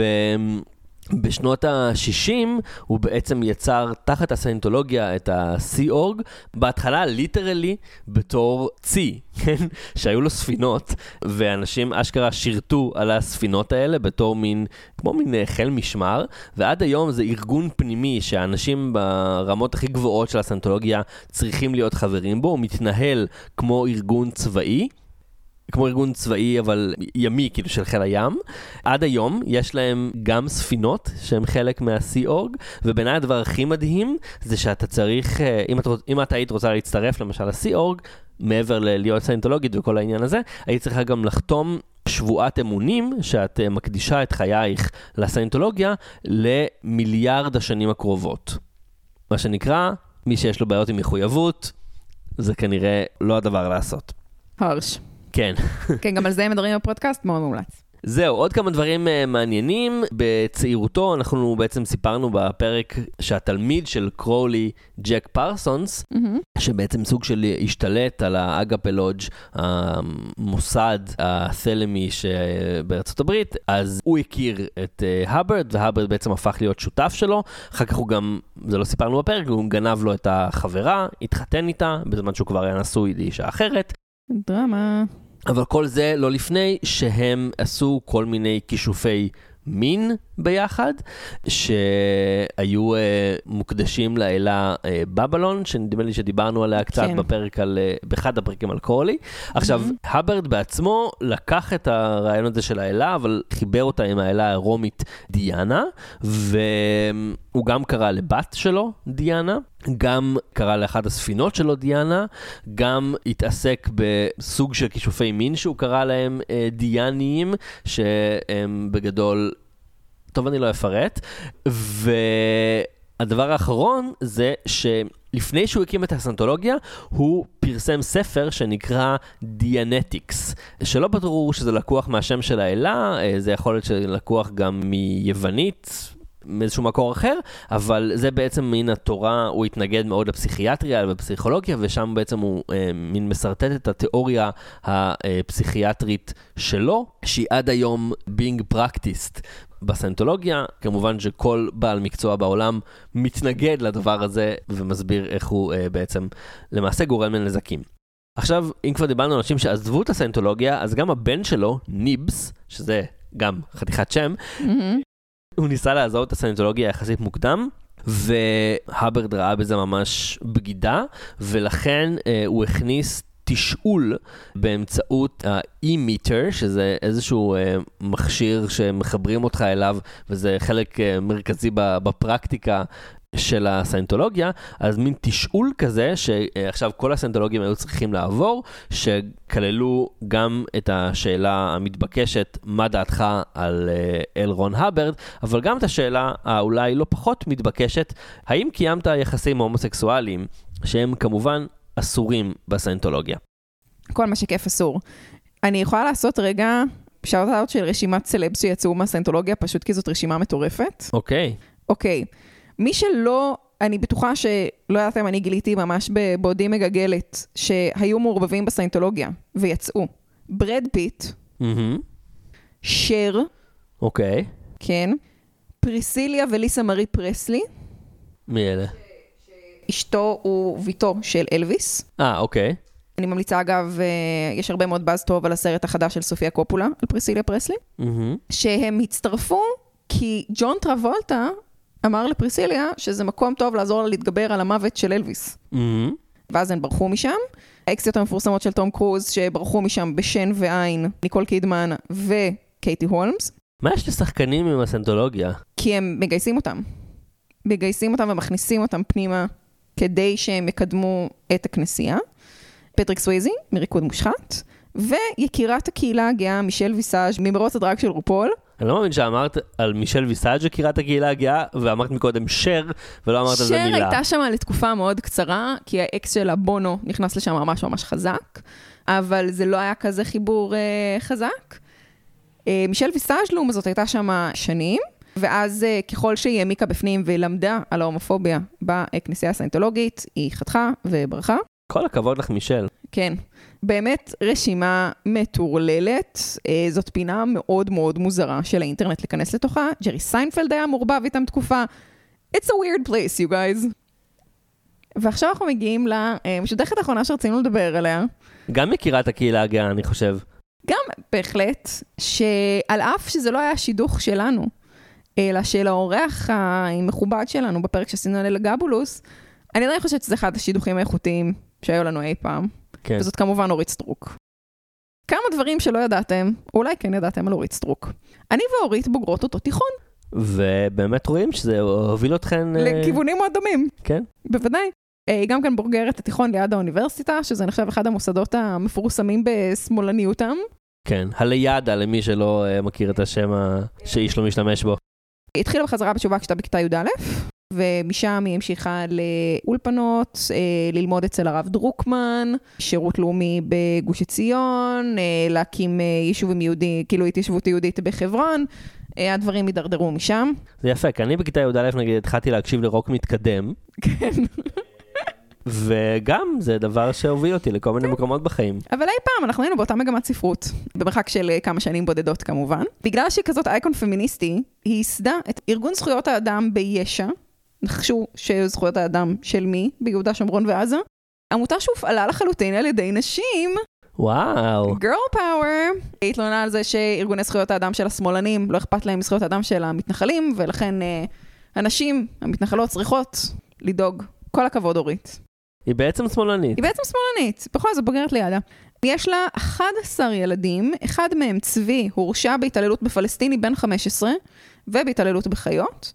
בשנות ה-שישים הוא בעצם יצר תחת הסיינטולוגיה את ה-Sea-Org, בהתחלה ליטרלי בתור צי, כן? שהיו לו ספינות, ואנשים אשכרה שירתו על הספינות האלה בתור מין, כמו מין חיל משמר, ועד היום זה ארגון פנימי שהאנשים ברמות הכי גבוהות של הסיינטולוגיה צריכים להיות חברים בו, הוא מתנהל כמו ארגון צבאי, כמו ארגון צבאי, אבל ימי, כאילו של חיל הים. עד היום יש להם גם ספינות שהן חלק מה-Sea-Org, ובעיניי הדבר הכי מדהים זה שאתה צריך, אם את, אם את היית רוצה להצטרף למשל ל-Sea-Org, מעבר ללהיות סיינטולוגית וכל העניין הזה, היית צריכה גם לחתום שבועת אמונים שאת מקדישה את חייך לסיינטולוגיה למיליארד השנים הקרובות. מה שנקרא, מי שיש לו בעיות עם מחויבות, זה כנראה לא הדבר לעשות. הרש. כן. כן, גם על זה מדברים בפודקאסט, מאוד מומלץ. זהו, עוד כמה דברים uh, מעניינים. בצעירותו אנחנו בעצם סיפרנו בפרק שהתלמיד של קרולי, ג'ק פרסונס, mm-hmm. שבעצם סוג של השתלט על האגאפה לודג', המוסד התלמי שבארצות הברית, אז הוא הכיר את uh, האברד, והאברד בעצם הפך להיות שותף שלו. אחר כך הוא גם, זה לא סיפרנו בפרק, הוא גנב לו את החברה, התחתן איתה, בזמן שהוא כבר היה נשוי לאישה אחרת. דרמה. אבל כל זה לא לפני שהם עשו כל מיני כישופי מין ביחד, שהיו uh, מוקדשים לאלה uh, בבלון, שנדמה לי שדיברנו עליה קצת כן. בפרק על, uh, באחד הפרקים על קרולי. עכשיו, mm-hmm. האברד בעצמו לקח את הרעיון הזה של האלה, אבל חיבר אותה עם האלה הרומית דיאנה, והוא גם קרא לבת שלו דיאנה, גם קרא לאחד הספינות שלו דיאנה, גם התעסק בסוג של כישופי מין שהוא קרא להם uh, דיאניים, שהם בגדול, טוב אני לא אפרט, והדבר האחרון זה שלפני שהוא הקים את הסיינטולוגיה, הוא פרסם ספר שנקרא דיאנטיקס, שלא ברור שזה לקוח מהשם של האלה, זה יכול להיות שלקוח גם מיוונית, מאיזשהו מקור אחר, אבל זה בעצם מן התורה, הוא התנגד מאוד לפסיכיאטריה ובפסיכולוגיה, ושם בעצם הוא אה, מין מסרטט את התיאוריה הפסיכיאטרית שלו, שהיא עד היום being practiced בסיינטולוגיה. כמובן שכל בעל מקצוע בעולם מתנגד לדבר הזה, ומסביר איך הוא אה, בעצם למעשה גורם לנזקים. עכשיו, אם כבר דיברנו על אנשים שעזבו את הסיינטולוגיה, אז גם הבן שלו, ניבס, שזה גם חתיכת שם, mm-hmm. הוא ניסה לעזוב את הסיינטולוגיה יחסית מוקדם, והאברד ראה בזה ממש בגידה, ולכן אה, הוא הכניס תשאול באמצעות ה-e-meter, שזה איזשהו אה, מכשיר שמחברים אותך אליו, וזה חלק אה, מרכזי בפרקטיקה של הסיינטולוגיה, אז מין תשאול כזה, שעכשיו כל הסיינטולוגים היו צריכים לעבור, שכללו גם את השאלה המתבקשת, מה דעתך על אל רון האברד, אבל גם את השאלה האולי לא פחות מתבקשת, האם קיימת יחסים הומוסקסואליים, שהם כמובן אסורים בסיינטולוגיה? כל מה שכיף אסור. אני יכולה לעשות רגע שאוט אאוט של רשימת סלבס שיצאו מהסיינטולוגיה, פשוט כי זאת רשימה מטורפת. אוקיי. אוקיי. מי שלא, אני בטוחה שלא יודעתם, אני גיליתי ממש בבודי מגגלת, שהיו מעורבבים בסיינטולוגיה, ויצאו. ברד פיט, mm-hmm. שר, אוקיי. Okay. כן, פריסיליה וליסה מארי פרסלי. מי אלה? אשתו וביתו של אלוויס. אה, אוקיי. אני ממליצה אגב, יש הרבה מאוד באז טוב על הסרט החדש של סופיה קופולה, על פריסיליה פרסלי, mm-hmm. שהם הצטרפו כי ג'ון טרבולטה, אמר לפריסיליה שזה מקום טוב לעזור לה להתגבר על המוות של אלוויס. Mm-hmm. ואז הן ברחו משם. האקסיות המפורסמות של תום קרוז שברחו משם בשן ועין, ניקול קידמן וקייטי הולמס. מה יש לשחקנים עם הסיינטולוגיה? כי הם מגייסים אותם. מגייסים אותם ומכניסים אותם פנימה כדי שהם יקדמו את הכנסייה. פטריק סווייזי, מריקוד מושחת, ויקירת הקהילה הגאה מישל ויסאז' ממרוץ הדרג של רופול. אני לא מאמין שאמרת על מישל ויסאז' יקירת הקהילה הגאה, ואמרת מקודם שר, ולא אמרת על זה מילה. שר הייתה שם לתקופה מאוד קצרה, כי האקס שלה בונו נכנס לשם ממש ממש חזק, אבל זה לא היה כזה חיבור אה, חזק. אה, מישל ויסאז' לעומת זאת הייתה שם שנים, ואז אה, ככל שהיא העמיקה בפנים ולמדה על ההומופוביה בכנסייה הסיינטולוגית, היא חתכה וברחה. כל הכבוד לך מישל. כן, באמת רשימה מטורללת, אה, זאת פינה מאוד מאוד מוזרה של האינטרנט להיכנס לתוכה, ג'רי סיינפלד היה מורבב איתם תקופה, it's a weird place you guys. ועכשיו אנחנו מגיעים למשודכת האחרונה שרצינו לדבר עליה. גם מכירת הקהילה הגאה, אני חושב. גם בהחלט, שעל אף שזה לא היה שידוך שלנו, אלא של האורח המכובד שלנו בפרק שעשינו על אלגבולוס, אני עדיין חושבת שזה אחד השידוכים האיכותיים שהיו לנו אי פעם. כן. וזאת כמובן אורית סטרוק. כמה דברים שלא ידעתם, אולי כן ידעתם על אורית סטרוק. אני ואורית בוגרות אותו תיכון. ובאמת רואים שזה הוביל אתכן... לכיוונים מאוד דומים. כן. בוודאי. היא גם כן בוגרת התיכון ליד האוניברסיטה, שזה נחשב אחד המוסדות המפורסמים בשמאלניותם. כן, הלידה למי שלא מכיר את השם שאיש לא משתמש בו. היא התחילה בחזרה בתשובה כשהייתה בכיתה י' א', ומשם היא המשיכה לאולפנות, ללמוד אצל הרב דרוקמן, שירות לאומי בגוש עציון, להקים יישובים יהודי, כאילו התיישבות יהודית בחברון, הדברים הידרדרו משם. זה יפה, כי אני בכיתה י' א' נגיד התחלתי להקשיב לרוק מתקדם. כן. וגם זה דבר שהוביל אותי לכל מיני מקומות בחיים. אבל אי פעם אנחנו היינו באותה מגמת ספרות, במרחק של כמה שנים בודדות כמובן. בגלל שהיא כזאת אייקון פמיניסטי, היא ייסדה את ארגון זכויות האדם ביש"ע, נחשו שזכויות האדם של מי? ביהודה, שומרון ועזה. עמותה שהופעלה לחלוטין על ידי נשים. וואו. Girl power. היא התלוננה על זה שארגוני זכויות האדם של השמאלנים, לא אכפת להם זכויות האדם של המתנחלים, ולכן אה, הנשים, המתנחלות, צריכות לדאוג. כל הכבוד אורית. היא בעצם שמאלנית. היא בעצם שמאלנית. בכל זאת בוגרת לידה. יש לה אחד עשר ילדים, אחד מהם צבי, הורשע בהתעללות בפלסטיני בן חמש עשרה, ובהתעללות בחיות.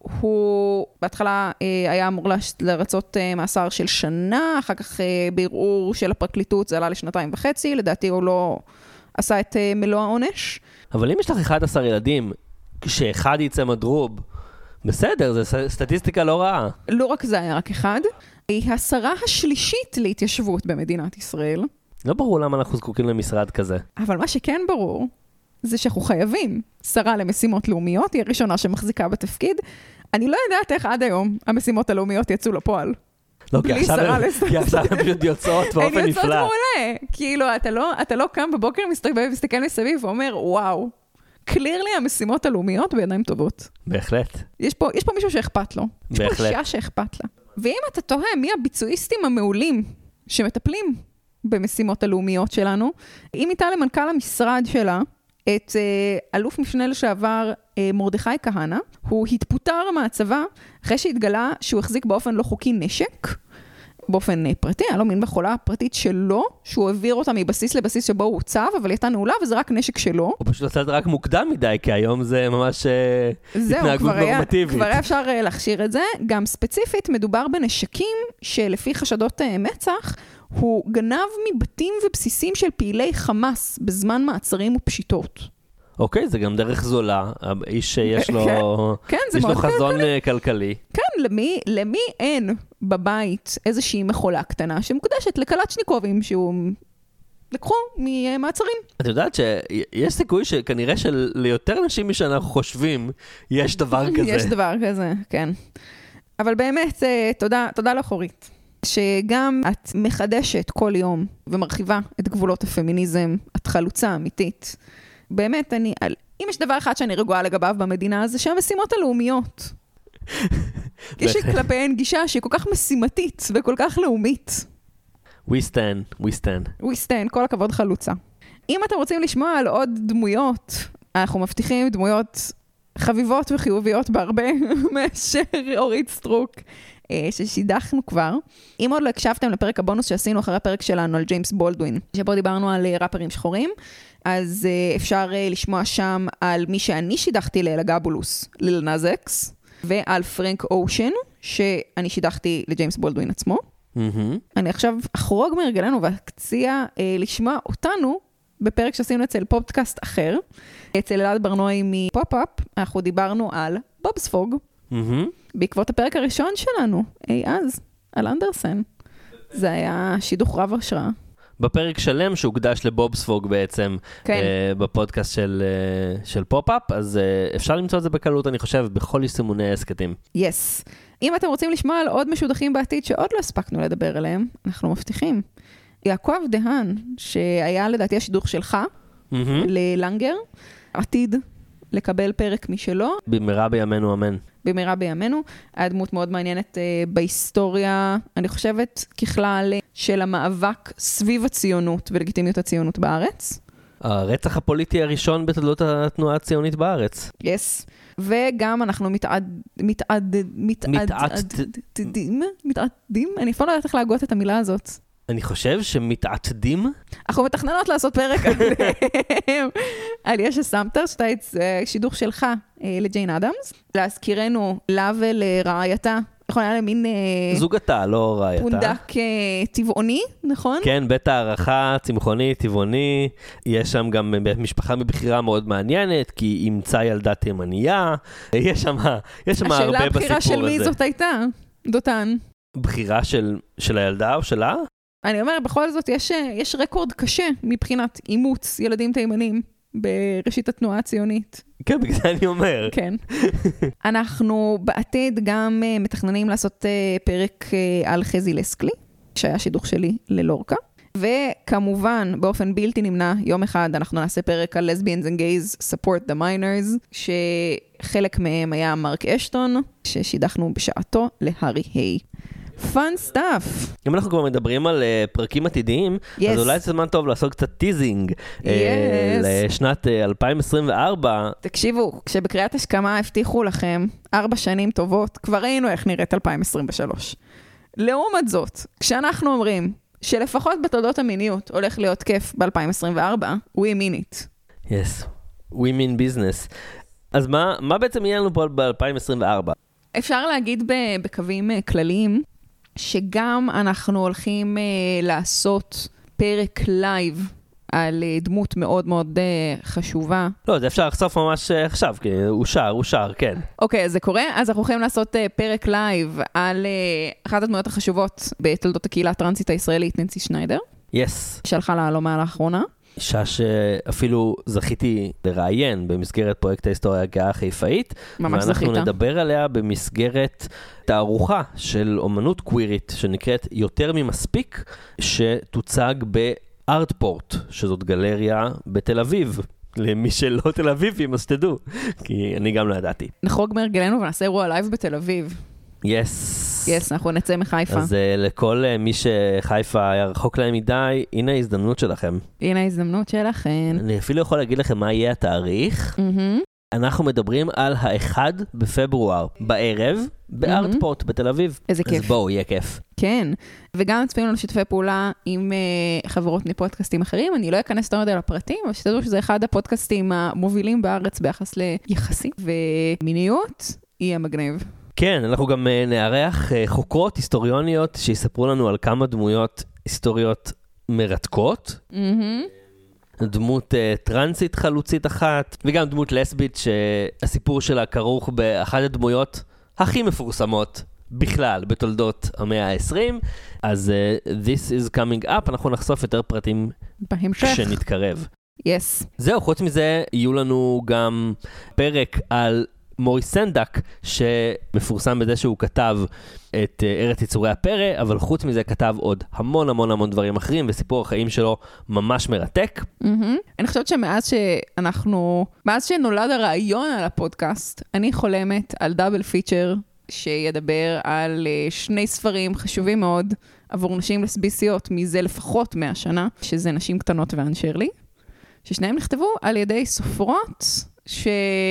הוא בהתחלה אה, היה אמור לרצות אה, מאסר של שנה, אחר כך אה, בערעור של הפרקליטות זה עלה לשנתיים וחצי, לדעתי הוא לא עשה את אה, מלוא העונש. אבל אם יש לך אחד עשר ילדים, כשאחד יצא מדרוב, בסדר, זה סטטיסטיקה לא רעה. לא רק זה היה רק אחד, היא השרה השלישית להתיישבות במדינת ישראל. לא ברור למה אנחנו זקוקים למשרד כזה. אבל מה שכן ברור, זה שאנחנו חייבים שרה למשימות לאומיות, היא הראשונה שמחזיקה בתפקיד. אני לא יודעת איך עד היום המשימות הלאומיות יצאו לפועל. לא, כי עכשיו הן פשוט יוצאות באופן נפלא. הן יוצאות מעולה. כאילו, אתה לא, אתה לא קם בבוקר, מסתובב, מסתכל מסביב ואומר, וואו, קליר לי המשימות הלאומיות בידיים טובות. בהחלט. יש פה, יש פה מישהו שאכפת לו. בהחלט. יש פה אישה שאכפת לה. ואם אתה תוהה מי הביצועיסטים המעולים שמטפלים במשימות הלאומיות שלנו, היא מיטה למנכ"ל המשרד שלה, את uh, אלוף משנה לשעבר uh, מרדכי כהנא, הוא התפוטר מהצבא אחרי שהתגלה שהוא החזיק באופן לא חוקי נשק, באופן uh, פרטי, אני לא מבין בחולה הפרטית שלו, שהוא העביר אותה מבסיס לבסיס שבו הוא הוצב, אבל הייתה נעולה וזה רק נשק שלו. הוא פשוט עשה את זה רק מוקדם מדי, כי היום זה ממש uh, זהו, התנהגות כבר נורמטיבית. היה, כבר היה אפשר uh, להכשיר את זה. גם ספציפית מדובר בנשקים שלפי חשדות uh, מצח, הוא גנב מבתים ובסיסים של פעילי חמאס בזמן מעצרים ופשיטות. אוקיי, זה גם דרך זולה, איש שיש לו, כן, כן, יש לו חזון כלכלי. כלכלי. כן, למי, למי אין בבית איזושהי מחולה קטנה שמוקדשת לקלצ'ניקובים שהוא לקחו ממעצרים. את יודעת שיש סיכוי שכנראה שליותר אנשים משאנחנו חושבים יש דבר כזה. יש דבר כזה, כן. אבל באמת, תודה, תודה לך אורית. שגם את מחדשת כל יום ומרחיבה את גבולות הפמיניזם, את חלוצה אמיתית. באמת, אני, אם יש דבר אחד שאני רגועה לגביו במדינה, זה שהמשימות הלאומיות. יש כלפיהן גישה שהיא כל כך משימתית וכל כך לאומית. We stand, we stand. We stand, כל הכבוד חלוצה. אם אתם רוצים לשמוע על עוד דמויות, אנחנו מבטיחים דמויות חביבות וחיוביות בהרבה מאשר אורית סטרוק. ששידחנו כבר. אם עוד לא הקשבתם לפרק הבונוס שעשינו אחרי הפרק שלנו על ג'יימס בולדווין, שבו דיברנו על ראפרים שחורים, אז אפשר לשמוע שם על מי שאני שידחתי לאלגבולוס, ליל נאז אקס, ועל פרנק אושן, שאני שידכתי לג'יימס בולדווין עצמו. Mm-hmm. אני עכשיו אחרוג מרגלנו ואקציע אה, לשמוע אותנו בפרק שעשינו אצל פודקאסט אחר, אצל אלעד ברנועי מפופ-אפ, אנחנו דיברנו על בובספוג, Mm-hmm. בעקבות הפרק הראשון שלנו, אי אז, על אנדרסן. זה היה שידוך רב השראה. בפרק שלם שהוקדש לבובספוג בעצם, כן. uh, בפודקאסט של, uh, של פופ-אפ, אז uh, אפשר למצוא את זה בקלות, אני חושב, בכל יישומוני הסקטים. יס. אם אתם רוצים לשמוע על עוד משודכים בעתיד שעוד לא הספקנו לדבר עליהם, אנחנו מבטיחים. יעקב דהן, שהיה לדעתי השידוך שלך, Mm-hmm. ללנגר, עתיד לקבל פרק משלו, במהרה בימינו אמן. במהרה בימינו, היה דמות מאוד מעניינת uh, בהיסטוריה, אני חושבת ככלל של המאבק סביב הציונות ולגיטימיות הציונות בארץ. הרצח הפוליטי הראשון בתולדות התנועה הציונית בארץ. יס. וגם אנחנו מתעד... מתעד... מתעד... מתעדים? מתעדים? אני אפילו לא יודעת איך להגות את המילה הזאת. אני חושב שמתעתדים. אנחנו מתכננות לעשות פרק עליהם. על יש הסמטר, שאתה שידוך שלך לג'יין אדמס. להזכירנו לה ולרעייתה. נכון, היה למין... זוגתה, לא רעייתה. פונדק טבעוני, נכון? כן, בית הערכה, צמחוני, טבעוני. יש שם גם משפחה מבחירה מאוד מעניינת, כי היא אימצה ילדה תימניה. יש שם, יש שם הרבה בסיפור הזה. השאלה הבחירה של מי זאת הייתה? דותן. בחירה של, של הילדה או שלה? אני אומר, בכל זאת, יש, יש רקורד קשה מבחינת אימוץ ילדים תימנים בראשית התנועה הציונית. כן, בגלל זה אני אומר. כן. אנחנו בעתיד גם מתכננים לעשות פרק על חזי לסקלי, שהיה שידוך שלי ללורקה. וכמובן, באופן בלתי נמנע, יום אחד אנחנו נעשה פרק על Lesbians and Gays Support the Minors, שחלק מהם היה מרק אשטון, ששידכנו בשעתו להרי היי. fun stuff. אם אנחנו כבר מדברים על uh, פרקים עתידיים, yes. אז אולי זה זמן טוב לעשות קצת טיזינג yes. uh, לשנת uh, אלפיים עשרים וארבע. תקשיבו, כשבקריאת השכמה הבטיחו לכם ארבע שנים טובות, כבר ראינו איך נראית אלפיים עשרים ושלוש. לעומת זאת, כשאנחנו אומרים שלפחות בתולדות המיניות הולך להיות כיף ב-אלפיים עשרים וארבע, we mean it. Yes, we mean business. אז מה, מה בעצם יהיה לנו פה ב-אלפיים עשרים וארבע? אפשר להגיד בקווים כלליים, שגם אנחנו הולכים uh, לעשות פרק לייב על uh, דמות מאוד מאוד uh, חשובה. לא, זה אפשר לחשוף ממש uh, עכשיו, כי הוא שר, הוא שר, כן. אוקיי, okay, אז זה קורה. אז אנחנו הולכים לעשות uh, פרק לייב על uh, אחת הדמויות החשובות בתולדות הקהילה הטרנסית הישראלית, ננסי שניידר. יס. Yes. שהלכה לעלומה לאחרונה. אישה שאפילו זכיתי לראיין במסגרת פרויקט ההיסטוריה הגאה החיפאית. ממש זכית. ואנחנו נדבר עליה במסגרת תערוכה של אומנות קווירית, שנקראת יותר ממספיק, שתוצג בארטפורט, שזאת גלריה בתל אביב. למי שלא תל אביבים, אז תדעו, כי אני גם לא ידעתי. נחרוג מהרגלנו ונעשה אירוע לייב בתל אביב. יס. יס, אנחנו נצא מחיפה. אז uh, לכל uh, מי שחיפה היה רחוק להם מדי, הנה ההזדמנות שלכם. הנה ההזדמנות שלכם. אני אפילו יכול להגיד לכם מה יהיה התאריך. Mm-hmm. אנחנו מדברים על האחד בפברואר, בערב, בארטפורט mm-hmm. בתל אביב. איזה כיף. אז בואו, יהיה כיף. כן, וגם צפים לנו שיתופי פעולה עם uh, חברות מפודקאסטים אחרים. אני לא אכנס יותר על הפרטים, אבל שתדעו שזה אחד הפודקאסטים המובילים בארץ ביחס ליחסים ומיניות, יהיה מגניב. כן, אנחנו גם uh, נערך uh, חוקרות היסטוריוניות שיספרו לנו על כמה דמויות היסטוריות מרתקות. Mm-hmm. דמות uh, טרנסית חלוצית אחת, וגם דמות לסבית שהסיפור שלה כרוך באחת הדמויות הכי מפורסמות בכלל בתולדות המאה ה-עשרים. אז uh, this is coming up, אנחנו נחשוף יותר פרטים בהמשך. כשנתקרב. Yes. זהו, חוץ מזה, יהיו לנו גם פרק על מוריס סנדק, שמפורסם בזה שהוא כתב את ארץ יצורי הפרא, אבל חוץ מזה כתב עוד המון המון המון דברים אחרים, וסיפור החיים שלו ממש מרתק. Mm-hmm. אני חושבת שמאז שאנחנו, מאז שנולד הרעיון על הפודקאסט, אני חולמת על דאבל פיצ'ר, שידבר על שני ספרים חשובים מאוד, עבור נשים לסביסיות, מזה לפחות מאה שנה, שזה נשים קטנות ואן שרלי, ששניהם נכתבו על ידי סופרות, ש...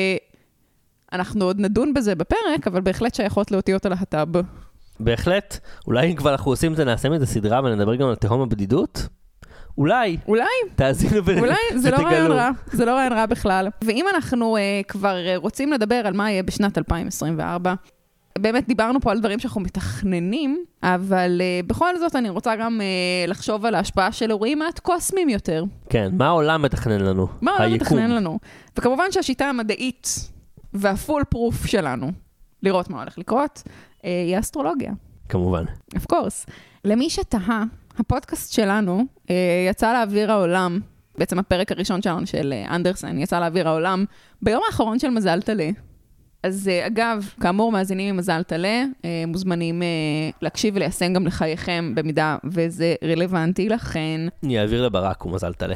אנחנו עוד נדון בזה בפרק, אבל בהחלט שייכות לאותיות על הטאב. בהחלט. אולי אם כבר אנחנו עושים את זה, נעשה מזה סדרה ונדבר גם על תהום הבדידות? אולי. אולי. תאזינו ותגלו. אולי, זה לא רעיון רע. זה לא רעיון רע בכלל. ואם אנחנו uh, כבר רוצים לדבר על מה יהיה בשנת אלפיים עשרים וארבע, באמת דיברנו פה על דברים שאנחנו מתכננים, אבל uh, בכל זאת אני רוצה גם uh, לחשוב על ההשפעה של אירועים מעט קוסמיים יותר. כן, מה העולם מתכנן לנו? מה העולם מתכנן לנו? וכמובן שהשיטה המדעית והפול פרוף שלנו, לראות מה הולך לקרות, uh, היא אסטרולוגיה. כמובן. Of course. למי שתהה, הפודקאסט שלנו uh, יצא לאוויר העולם, בעצם הפרק הראשון שלנו של uh, אנדרסן, יצא לאוויר העולם ביום האחרון של מזל תלה. אז אגב, כאמור, מאזינים ממזל תלה, מוזמנים להקשיב וליישם גם לחייכם במידה וזה רלוונטי לכן. אני אעביר לברק, הוא מזל תלה.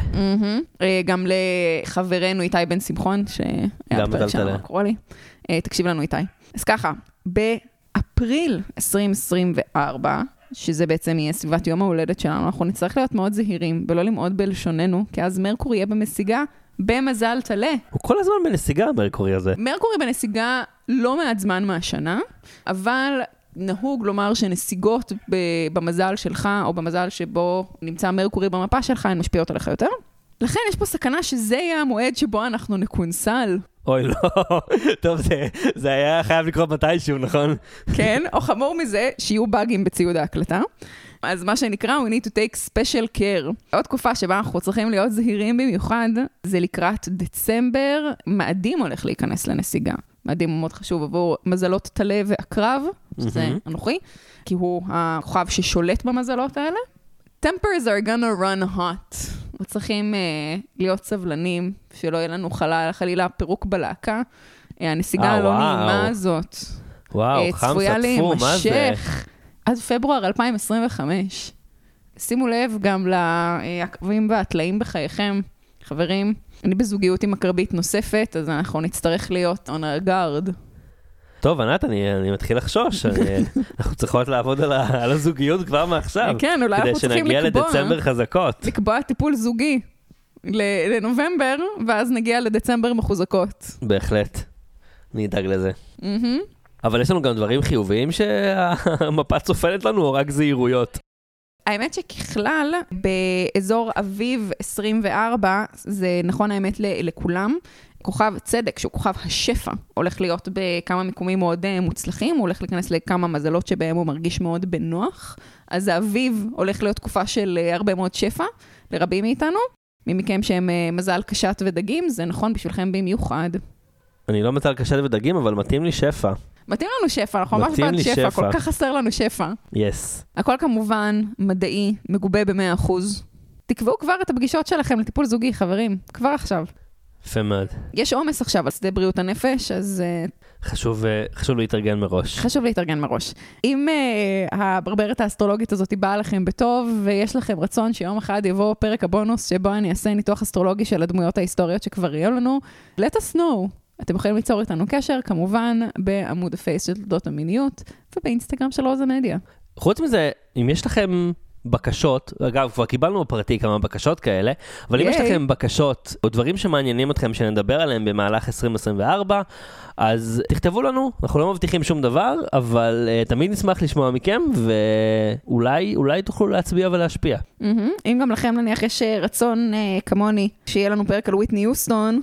גם לחברנו איתי בן שמחון, גם מזל תלה. קורא לי. תקשיב לנו איתי. אז ככה, באפריל עשרים עשרים וארבע, שזה בעצם יהיה סביבת יום ההולדת שלנו, אנחנו נצטרך להיות מאוד זהירים ולא למעוד בלשוננו, כי אז מרקור יהיה במשיגה, במזל תלה. הוא כל הזמן בנסיגה, מרקורי הזה. מרקורי בנסיגה לא מעט זמן מהשנה, אבל נהוג לומר שנסיגות במזל שלך, או במזל שבו נמצא מרקורי במפה שלך, הן משפיעות עליך יותר. לכן יש פה סכנה שזה יהיה המועד שבו אנחנו נקונסל. אוי, לא. טוב, זה, זה היה חייב לקרות מתישהו, נכון? כן, או חמור מזה, שיהיו באגים בציוד ההקלטה. אז מה שנקרא, we need to take special care. עוד תקופה שבה אנחנו צריכים להיות זהירים במיוחד, זה לקראת דצמבר, מאדים הולך להיכנס לנסיגה. מאדים הוא מאוד חשוב עבור מזלות תלה ועקרב, שזה אנוכי, כי הוא הכוכב ששולט במזלות האלה. Tempers are gonna run hot. צריכים uh, להיות סבלנים, שלא יהיה לנו חלה, חלילה פירוק בלהקה. הנסיגה הלא נעימה הזאת. וואו, חם סטפו, מה זה? עד פברואר אלפיים עשרים וחמש. שימו לב גם לעקבים והטלאים בחייכם, חברים. אני בזוגיות עם הקרבית נוספת, אז אנחנו נצטרך להיות on our guard. טוב, ענת, אני, אני מתחיל לחשוש. אני, אנחנו צריכות לעבוד על, ה, על הזוגיות כבר מעכשיו. כן, אולי אנחנו צריכים לקבוע. כדי שנגיע לדצמבר חזקות. לקבוע טיפול זוגי לנובמבר, ואז נגיע לדצמבר מחוזקות. בהחלט. אני אדאג לזה. אבל יש לנו גם דברים חיוביים שהמפה צופנת לנו, או רק זהירויות? האמת שככלל, באזור אביב עשרים וארבע, זה נכון האמת לכולם, כוכב צדק, שהוא כוכב השפע, הולך להיות בכמה מיקומים מאוד מוצלחים, הוא הולך להיכנס לכמה מזלות שבהם הוא מרגיש מאוד בנוח, אז האביב הולך להיות תקופה של הרבה מאוד שפע, לרבים מאיתנו, מי מכם שהם מזל קשת ודגים, זה נכון בשבילכם במיוחד. אני לא מזל קשת ודגים, אבל מתאים לי שפע. מתאים לנו שפע, אנחנו ממש בעד שפע, כל כך חסר לנו שפע. Yes. הכל כמובן מדעי, מגובה ב-מאה אחוז. תקבעו כבר את הפגישות שלכם לטיפול זוגי, חברים, כבר עכשיו. יפה מאוד. יש עומס עכשיו על שדה בריאות הנפש, אז... חשוב, חשוב להתארגן מראש. חשוב להתארגן מראש. אם uh, הברברת האסטרולוגית הזאת היא באה לכם בטוב, ויש לכם רצון שיום אחד יבוא פרק הבונוס, שבו אני אעשה ניתוח אסטרולוגי של הדמויות ההיסטוריות שכבר יהיו לנו, let us know. אתם יכולים ליצור איתנו קשר, כמובן, בעמוד הפייס של תולדות המיניות, ובאינסטגרם של עוז המדיה. חוץ מזה, אם יש לכם בקשות, אגב, כבר קיבלנו בפרטי כמה בקשות כאלה, אבל אם יש לכם בקשות, או דברים שמעניינים אתכם שנדבר עליהם במהלך עשרים עשרים וארבע, אז תכתבו לנו, אנחנו לא מבטיחים שום דבר, אבל uh, תמיד נשמח לשמוע מכם, ואולי אולי תוכלו להצביע ולהשפיע. Mm-hmm. אם גם לכם נניח יש רצון uh, כמוני, שיהיה לנו פרק על וויטני יוסטון,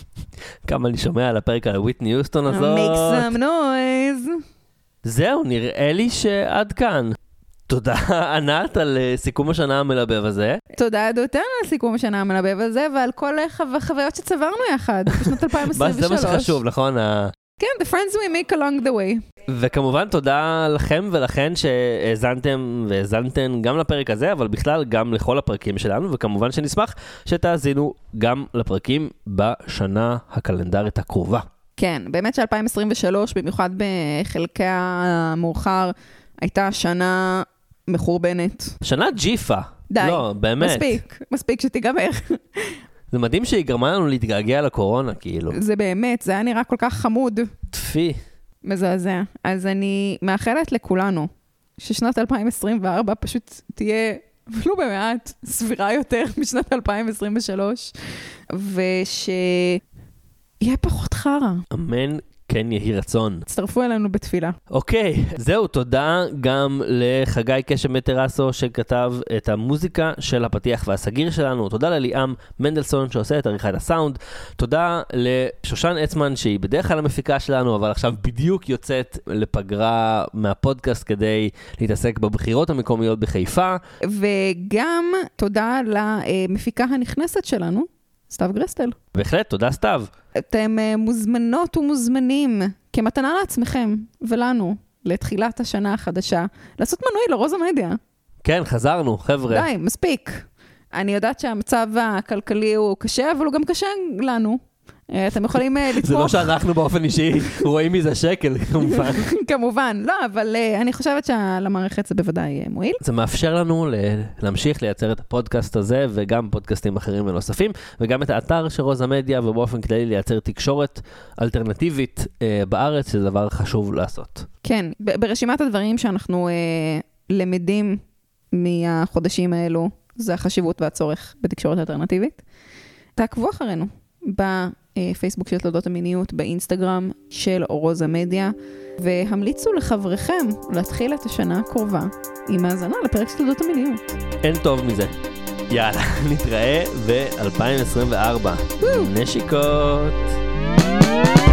כמה אני שומע על הפרק על וויטני יוסטון הזאת. make some noise. זהו, נראה לי שעד כאן. תודה ענת על סיכום השנה המלבב הזה. תודה דותן על סיכום השנה המלבב הזה, ועל כל החוויות שצברנו יחד בשנת אלפיים עשרים ושלוש. זה מה שחשוב, נכון? כן, the friends we make along the way. וכמובן תודה לכם ולכן שהאזנתם והאזנתן גם לפרק הזה, אבל בכלל גם לכל הפרקים שלנו, וכמובן שנשמח שתאזינו גם לפרקים בשנה הקלנדרית הקרובה. כן, באמת ש-אלפיים עשרים ושלוש, במיוחד בחלקה המאוחר, הייתה שנה מחורבנת. שנה ג'יפה. די. לא, באמת. מספיק, מספיק שתיגמר. זה מדהים שהיא גרמה לנו להתגעגע לקורונה, כאילו. זה באמת, זה היה נראה כל כך חמוד. תפי. מזעזע. אז אני מאחלת לכולנו, ששנת אלפיים עשרים וארבע פשוט תהיה, ולא במעט, סבירה יותר משנת אלפיים עשרים ושלוש, ושיהיה פחות חרה. אמן כן יהי רצון. הצטרפו אלינו בתפילה. אוקיי, זהו, תודה גם לחגי קשם מטרסו שכתב את המוזיקה של הפתיח והסגיר שלנו. תודה לליאם מנדלסון שעושה את עריכת הסאונד. תודה לשושן עצמן שהיא בדרך כלל המפיקה שלנו, אבל עכשיו בדיוק יוצאת לפגרה מהפודקאסט כדי להתעסק בבחירות המקומיות בחיפה. וגם תודה למפיקה הנכנסת שלנו, סתיו גרסטל. בהחלט, תודה סתיו. אתם מוזמנות ומוזמנים כמתנה לעצמכם ולנו לתחילת השנה החדשה לעשות מנוי לרוז המדיה. כן, חזרנו, חבר'ה. די, מספיק. אני יודעת שהמצב הכלכלי הוא קשה, אבל הוא גם קשה לנו. אתם יכולים לתמוך. זה לא שאנחנו באופן אישי רואים מזה שקל, כמובן. כמובן, לא, אבל אני חושבת שלמערכת זה בוודאי מועיל. זה מאפשר לנו להמשיך לייצר את הפודקאסט הזה, וגם פודקאסטים אחרים ונוספים, וגם את האתר של רוז המדיה, ובאופן כללי לייצר תקשורת אלטרנטיבית בארץ, שזה דבר חשוב לעשות. כן, ברשימת הדברים שאנחנו למדים מהחודשים האלו, זה החשיבות והצורך בתקשורת אלטרנטיבית. תעקבו אחרינו בפייסבוק של תולדות המיניות, באינסטגרם של רוז המדיה, והמליצו לחבריכם להתחיל את השנה הקרובה עם האזנה לפרק של תולדות המיניות. אין טוב מזה. יאללה, נתראה ב-אלפיים עשרים וארבע. נשיקות.